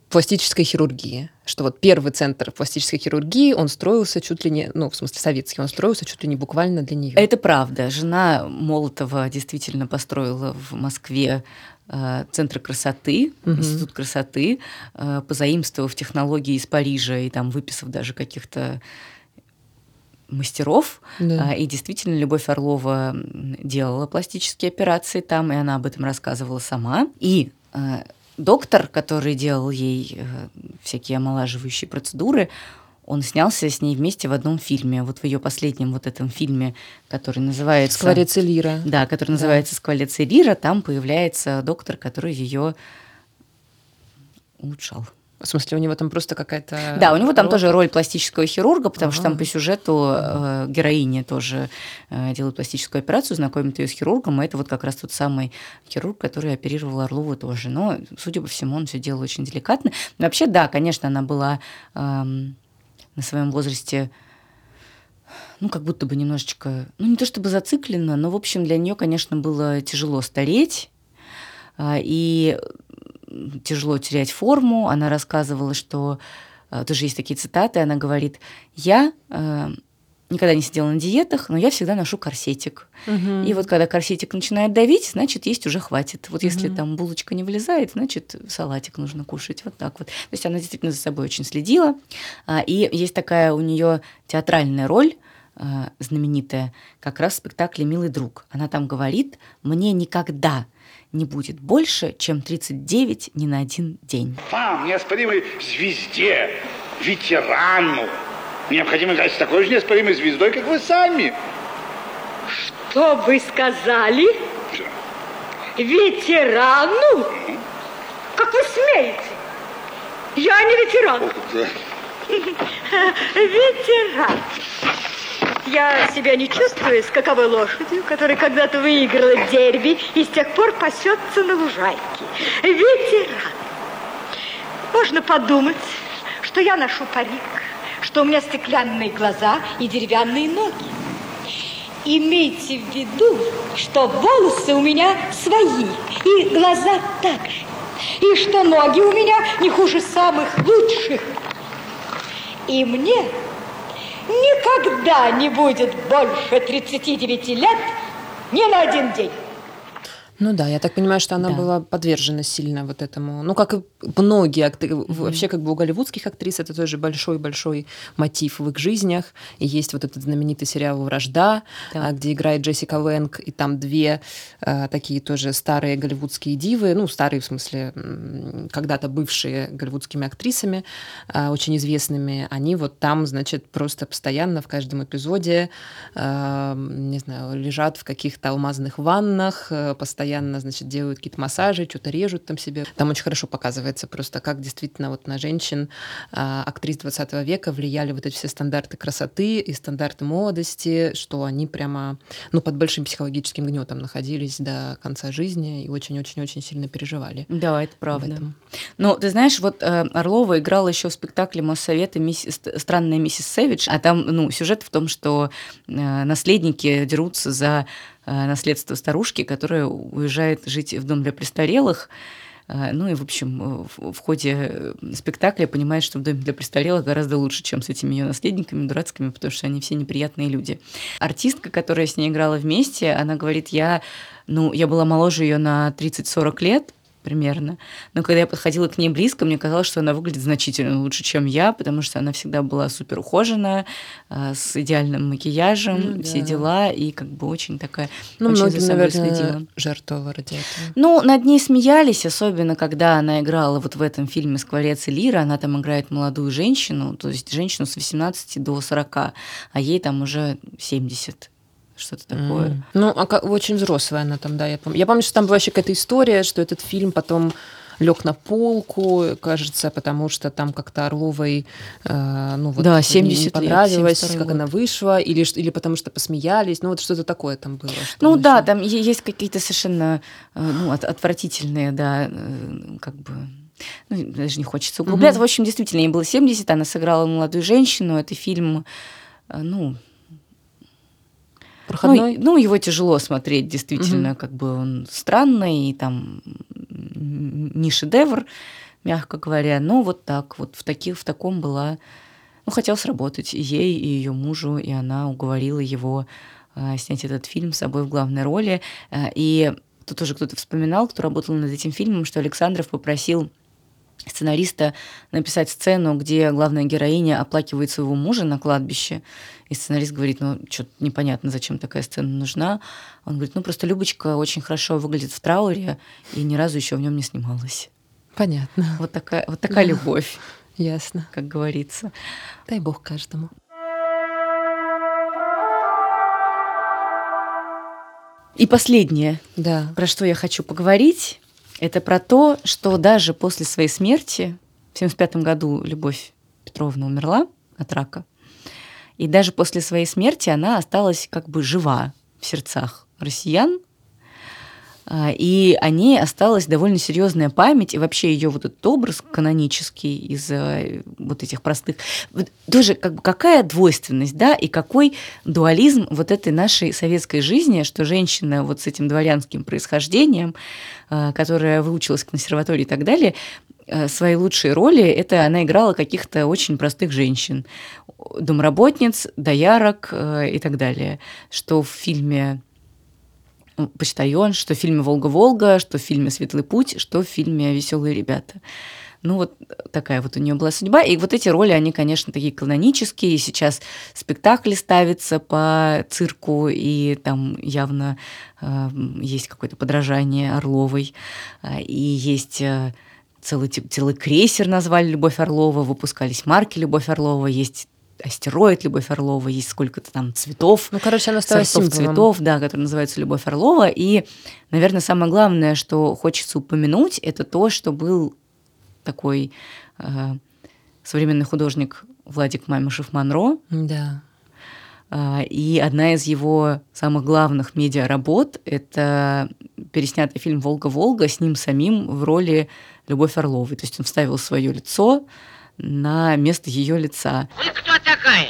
пластической хирургии, что вот первый центр пластической хирургии, он строился чуть ли не, ну, в смысле советский, он строился чуть ли не буквально для нее. Это правда. Жена Молотова действительно построила в Москве Центр красоты, Институт красоты, позаимствовав технологии из Парижа и там выписав даже каких-то мастеров. Да. И действительно Любовь Орлова делала пластические операции там, и она об этом рассказывала сама. И доктор, который делал ей всякие омолаживающие процедуры, он снялся с ней вместе в одном фильме. Вот в ее последнем вот этом фильме, который называется... «Скворец и лира». Да, который называется «Скворец и лира», там появляется доктор, который ее улучшал. В смысле, у него там просто какая-то... Да, у него там тоже роль пластического хирурга, потому что там по сюжету героиня тоже делает пластическую операцию, знакомит ее с хирургом, и это вот как раз тот самый хирург, который оперировал Орлову тоже. Но, судя по всему, он все делал очень деликатно. Но вообще, да, конечно, она была на своем возрасте, ну, как будто бы немножечко, ну, не то чтобы зациклена, но, в общем, для нее, конечно, было тяжело стареть, и тяжело терять форму. Она рассказывала, что... Тоже есть такие цитаты. Она говорит: «Я никогда не сидела на диетах, но я всегда ношу корсетик. И вот когда корсетик начинает давить, значит, есть уже хватит. Вот если там булочка не влезает, значит, салатик нужно кушать». Вот так вот. То есть она действительно за собой очень следила. И есть такая у нее театральная роль, знаменитая, как раз в спектакле «Милый друг». Она там говорит: «Мне никогда не будет больше, чем 39 ни на один день». Вам, неоспоримой звезде, ветерану, необходимо играть с такой же неоспоримой звездой, как вы сами. Что вы сказали? Ветерану? Как вы смеете? Я не ветеран. Ветеран. Я себя не чувствую скаковой лошадью, которая когда-то выиграла дерби и с тех пор пасется на лужайке. Ветеран. Можно подумать, что я ношу парик, что у меня стеклянные глаза и деревянные ноги. Имейте в виду, что волосы у меня свои, и глаза также, и что ноги у меня не хуже самых лучших. И мне никогда не будет больше 39 лет ни на один день. Ну да, я так понимаю, что она была подвержена сильно вот этому. Ну, как и многие вообще как бы у голливудских актрис это тоже большой-большой мотив в их жизнях. И есть вот этот знаменитый сериал «Вражда», где играет Джессика Лэнг, и там две такие тоже старые голливудские дивы, ну, старые в смысле, когда-то бывшие голливудскими актрисами, очень известными. Они вот там, значит, просто постоянно в каждом эпизоде, не знаю, лежат в каких-то алмазных ваннах, постоянно, значит, делают какие-то массажи, что-то режут там себе. Там очень хорошо показывается просто, как действительно вот на женщин, актрис 20 века влияли вот эти все стандарты красоты и стандарты молодости, что они прямо, ну, под большим психологическим гнетом находились до конца жизни и очень-очень-очень сильно переживали. Да, это правда. Ну, ты знаешь, вот Орлова играла еще в спектакле «Моссовет» и «Странная миссис Сэвидж», а там, ну, сюжет в том, что наследники дерутся за наследство старушки, которая уезжает жить в дом для престарелых. Ну и, в общем, в ходе спектакля понимает, что в доме для престарелых гораздо лучше, чем с этими ее наследниками дурацкими, потому что они все неприятные люди. Артистка, которая с ней играла вместе, она говорит: я была моложе ее на 30-40 лет, примерно. Но когда я подходила к ней близко, мне казалось, что она выглядит значительно лучше, чем я, потому что она всегда была супер ухоженная, с идеальным макияжем, все дела, и как бы очень такая... Ну, очень многим, наверное, жертвовала ради этого. Ну, над ней смеялись, особенно когда она играла вот в этом фильме «Скворец и лира». Она там играет молодую женщину, то есть женщину с 18 до 40, а ей там уже 70. Что-то такое. Ну, очень взрослая она там, да, я помню. Я помню, что там была вообще какая-то история, что этот фильм потом лег на полку, кажется, потому что там как-то Орловой вот 70 не понравилось, лет, как она вышла, или потому что посмеялись, ну вот что-то такое там было. Ну да, там есть какие-то совершенно отвратительные, да, как бы... Ну, даже не хочется углубляться. В общем, действительно, ей было 70, она сыграла молодую женщину, это фильм, проходной? Ну, его тяжело смотреть, действительно, как бы он странный, и там не шедевр, мягко говоря. Но вот так, вот в таком была... Ну, хотел сработать и ей, и ее мужу, и она уговорила его снять этот фильм с собой в главной роли. И тут уже кто-то вспоминал, кто работал над этим фильмом, что Александров попросил сценариста написать сцену, где главная героиня оплакивает своего мужа на кладбище. И сценарист говорит, ну, что-то непонятно, зачем такая сцена нужна. Он говорит, ну, просто Любочка очень хорошо выглядит в трауре и ни разу еще в нем не снималась. Понятно. Вот такая любовь. Ясно. Как говорится. Дай бог каждому. И последнее, да, про что я хочу поговорить, это про то, что даже после своей смерти, в 1975 году Любовь Петровна умерла от рака, и даже после своей смерти она осталась как бы жива в сердцах россиян, и о ней осталась довольно серьезная память, и вообще ее вот этот образ канонический из вот этих простых... Тоже как бы какая двойственность, да, и какой дуализм вот этой нашей советской жизни, что женщина вот с этим дворянским происхождением, которая выучилась в консерватории и так далее, свои лучшие роли это она играла каких-то очень простых женщин, домработниц, доярок и так далее, что в фильме «Почтальон», что в фильме «Волга-Волга», что в фильме «Светлый путь», что в фильме «Веселые ребята». Ну, вот такая вот у нее была судьба. И вот эти роли, они, конечно, такие канонические. И сейчас спектакли ставятся по цирку, и там явно есть какое-то подражание Орловой. И есть целый крейсер назвали «Любовь Орлова», выпускались марки «Любовь Орлова», есть астероид Любовь Орлова, есть сколько-то там цветов. Ну, короче, она стала символом. Цветов, да, которые называются Любовь Орлова. И, наверное, самое главное, что хочется упомянуть, это то, что был такой современный художник Владик Маймышев-Монро. Да. И одна из его самых главных медиаработ – это переснятый фильм «Волга-Волга» с ним самим в роли Любовь Орловой. То есть он вставил свое лицо на место ее лица. Вы кто такая?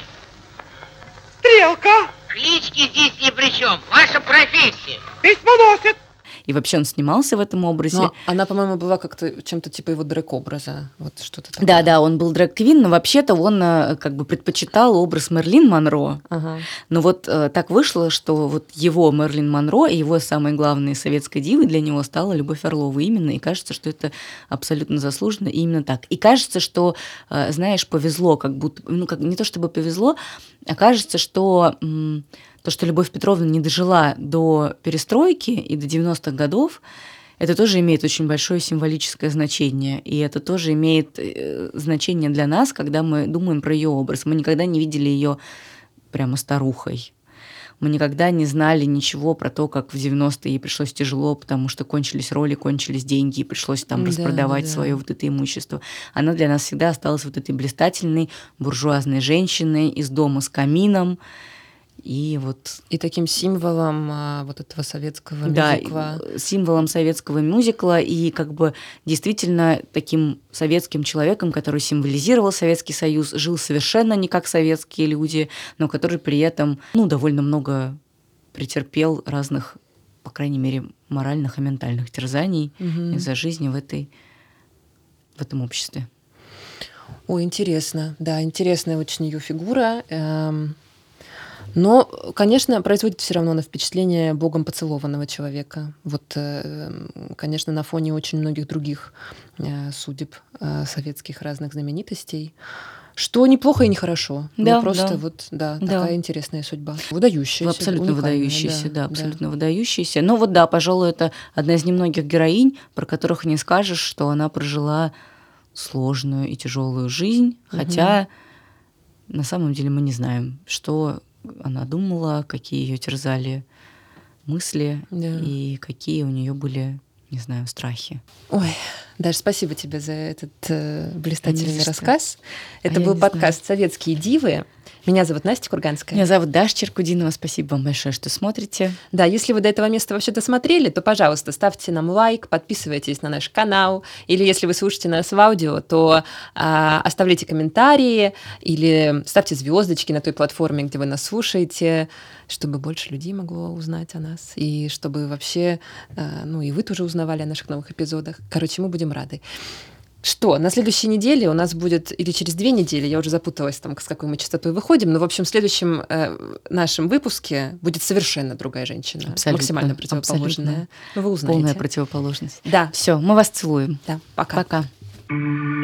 Стрелка. Клички здесь ни при чем. Ваша профессия. Письмоносец. И вообще он снимался в этом образе. Но она, по-моему, была как-то чем-то типа его дрэг-образа. Вот что-то такое. Да, он был дрэг-квин, но вообще-то он как бы предпочитал образ Мерлин Монро. Ага. Но вот так вышло, что вот его Мерлин Монро и его самой главной советской дивой для него стала Любовь Орлова именно. И кажется, что это абсолютно заслуженно и именно так. И кажется, что, знаешь, повезло, как будто, ну, как, не то чтобы повезло, а кажется, что... То, что Любовь Петровна не дожила до перестройки и до 90-х годов, это тоже имеет очень большое символическое значение. И это тоже имеет значение для нас, когда мы думаем про ее образ. Мы никогда не видели ее прямо старухой. Мы никогда не знали ничего про то, как в 90-е ей пришлось тяжело, потому что кончились роли, кончились деньги, и пришлось там распродавать свое вот это имущество. Она для нас всегда осталась вот этой блистательной буржуазной женщиной из дома с камином. И вот... И таким символом вот этого советского мюзикла. Да, символом советского мюзикла и как бы действительно таким советским человеком, который символизировал Советский Союз, жил совершенно не как советские люди, но который при этом, ну, довольно много претерпел разных, по крайней мере, моральных и ментальных терзаний из-за жизни в этом обществе. Ой, интересно. Да, интересная очень ее фигура. Но, конечно, производит все равно на впечатление Богом поцелованного человека. Вот, конечно, на фоне очень многих других судеб советских разных знаменитостей. Что неплохо и нехорошо. Да, ну, просто вот, такая интересная судьба. Выдающаяся. Абсолютно выдающаяся, да, абсолютно выдающаяся. Но вот да, пожалуй, это одна из немногих героинь, про которых не скажешь, что она прожила сложную и тяжелую жизнь, хотя на самом деле мы не знаем, что она думала, какие ее терзали мысли и какие у нее были, не знаю, страхи. Ой, Даша, спасибо тебе за этот блистательный рассказ. Это был подкаст «Советские дивы». Меня зовут Настя Курганская. Меня зовут Даша Черкудинова. Спасибо вам большое, что смотрите. Да, если вы до этого места вообще досмотрели, то, пожалуйста, ставьте нам лайк, подписывайтесь на наш канал. Или если вы слушаете нас в аудио, то оставляйте комментарии или ставьте звездочки на той платформе, где вы нас слушаете, чтобы больше людей могло узнать о нас. И чтобы вообще, и вы тоже узнавали о наших новых эпизодах. Короче, мы будем рады. Что, на следующей неделе у нас будет, или через 2 недели, я уже запуталась, там, с какой мы частотой выходим, но, в общем, в следующем нашем выпуске будет совершенно другая женщина. Абсолютно, максимально противоположная. Абсолютно. Ну, вы узнаете. Полная противоположность. Да. Все, мы вас целуем. Да, пока. Пока.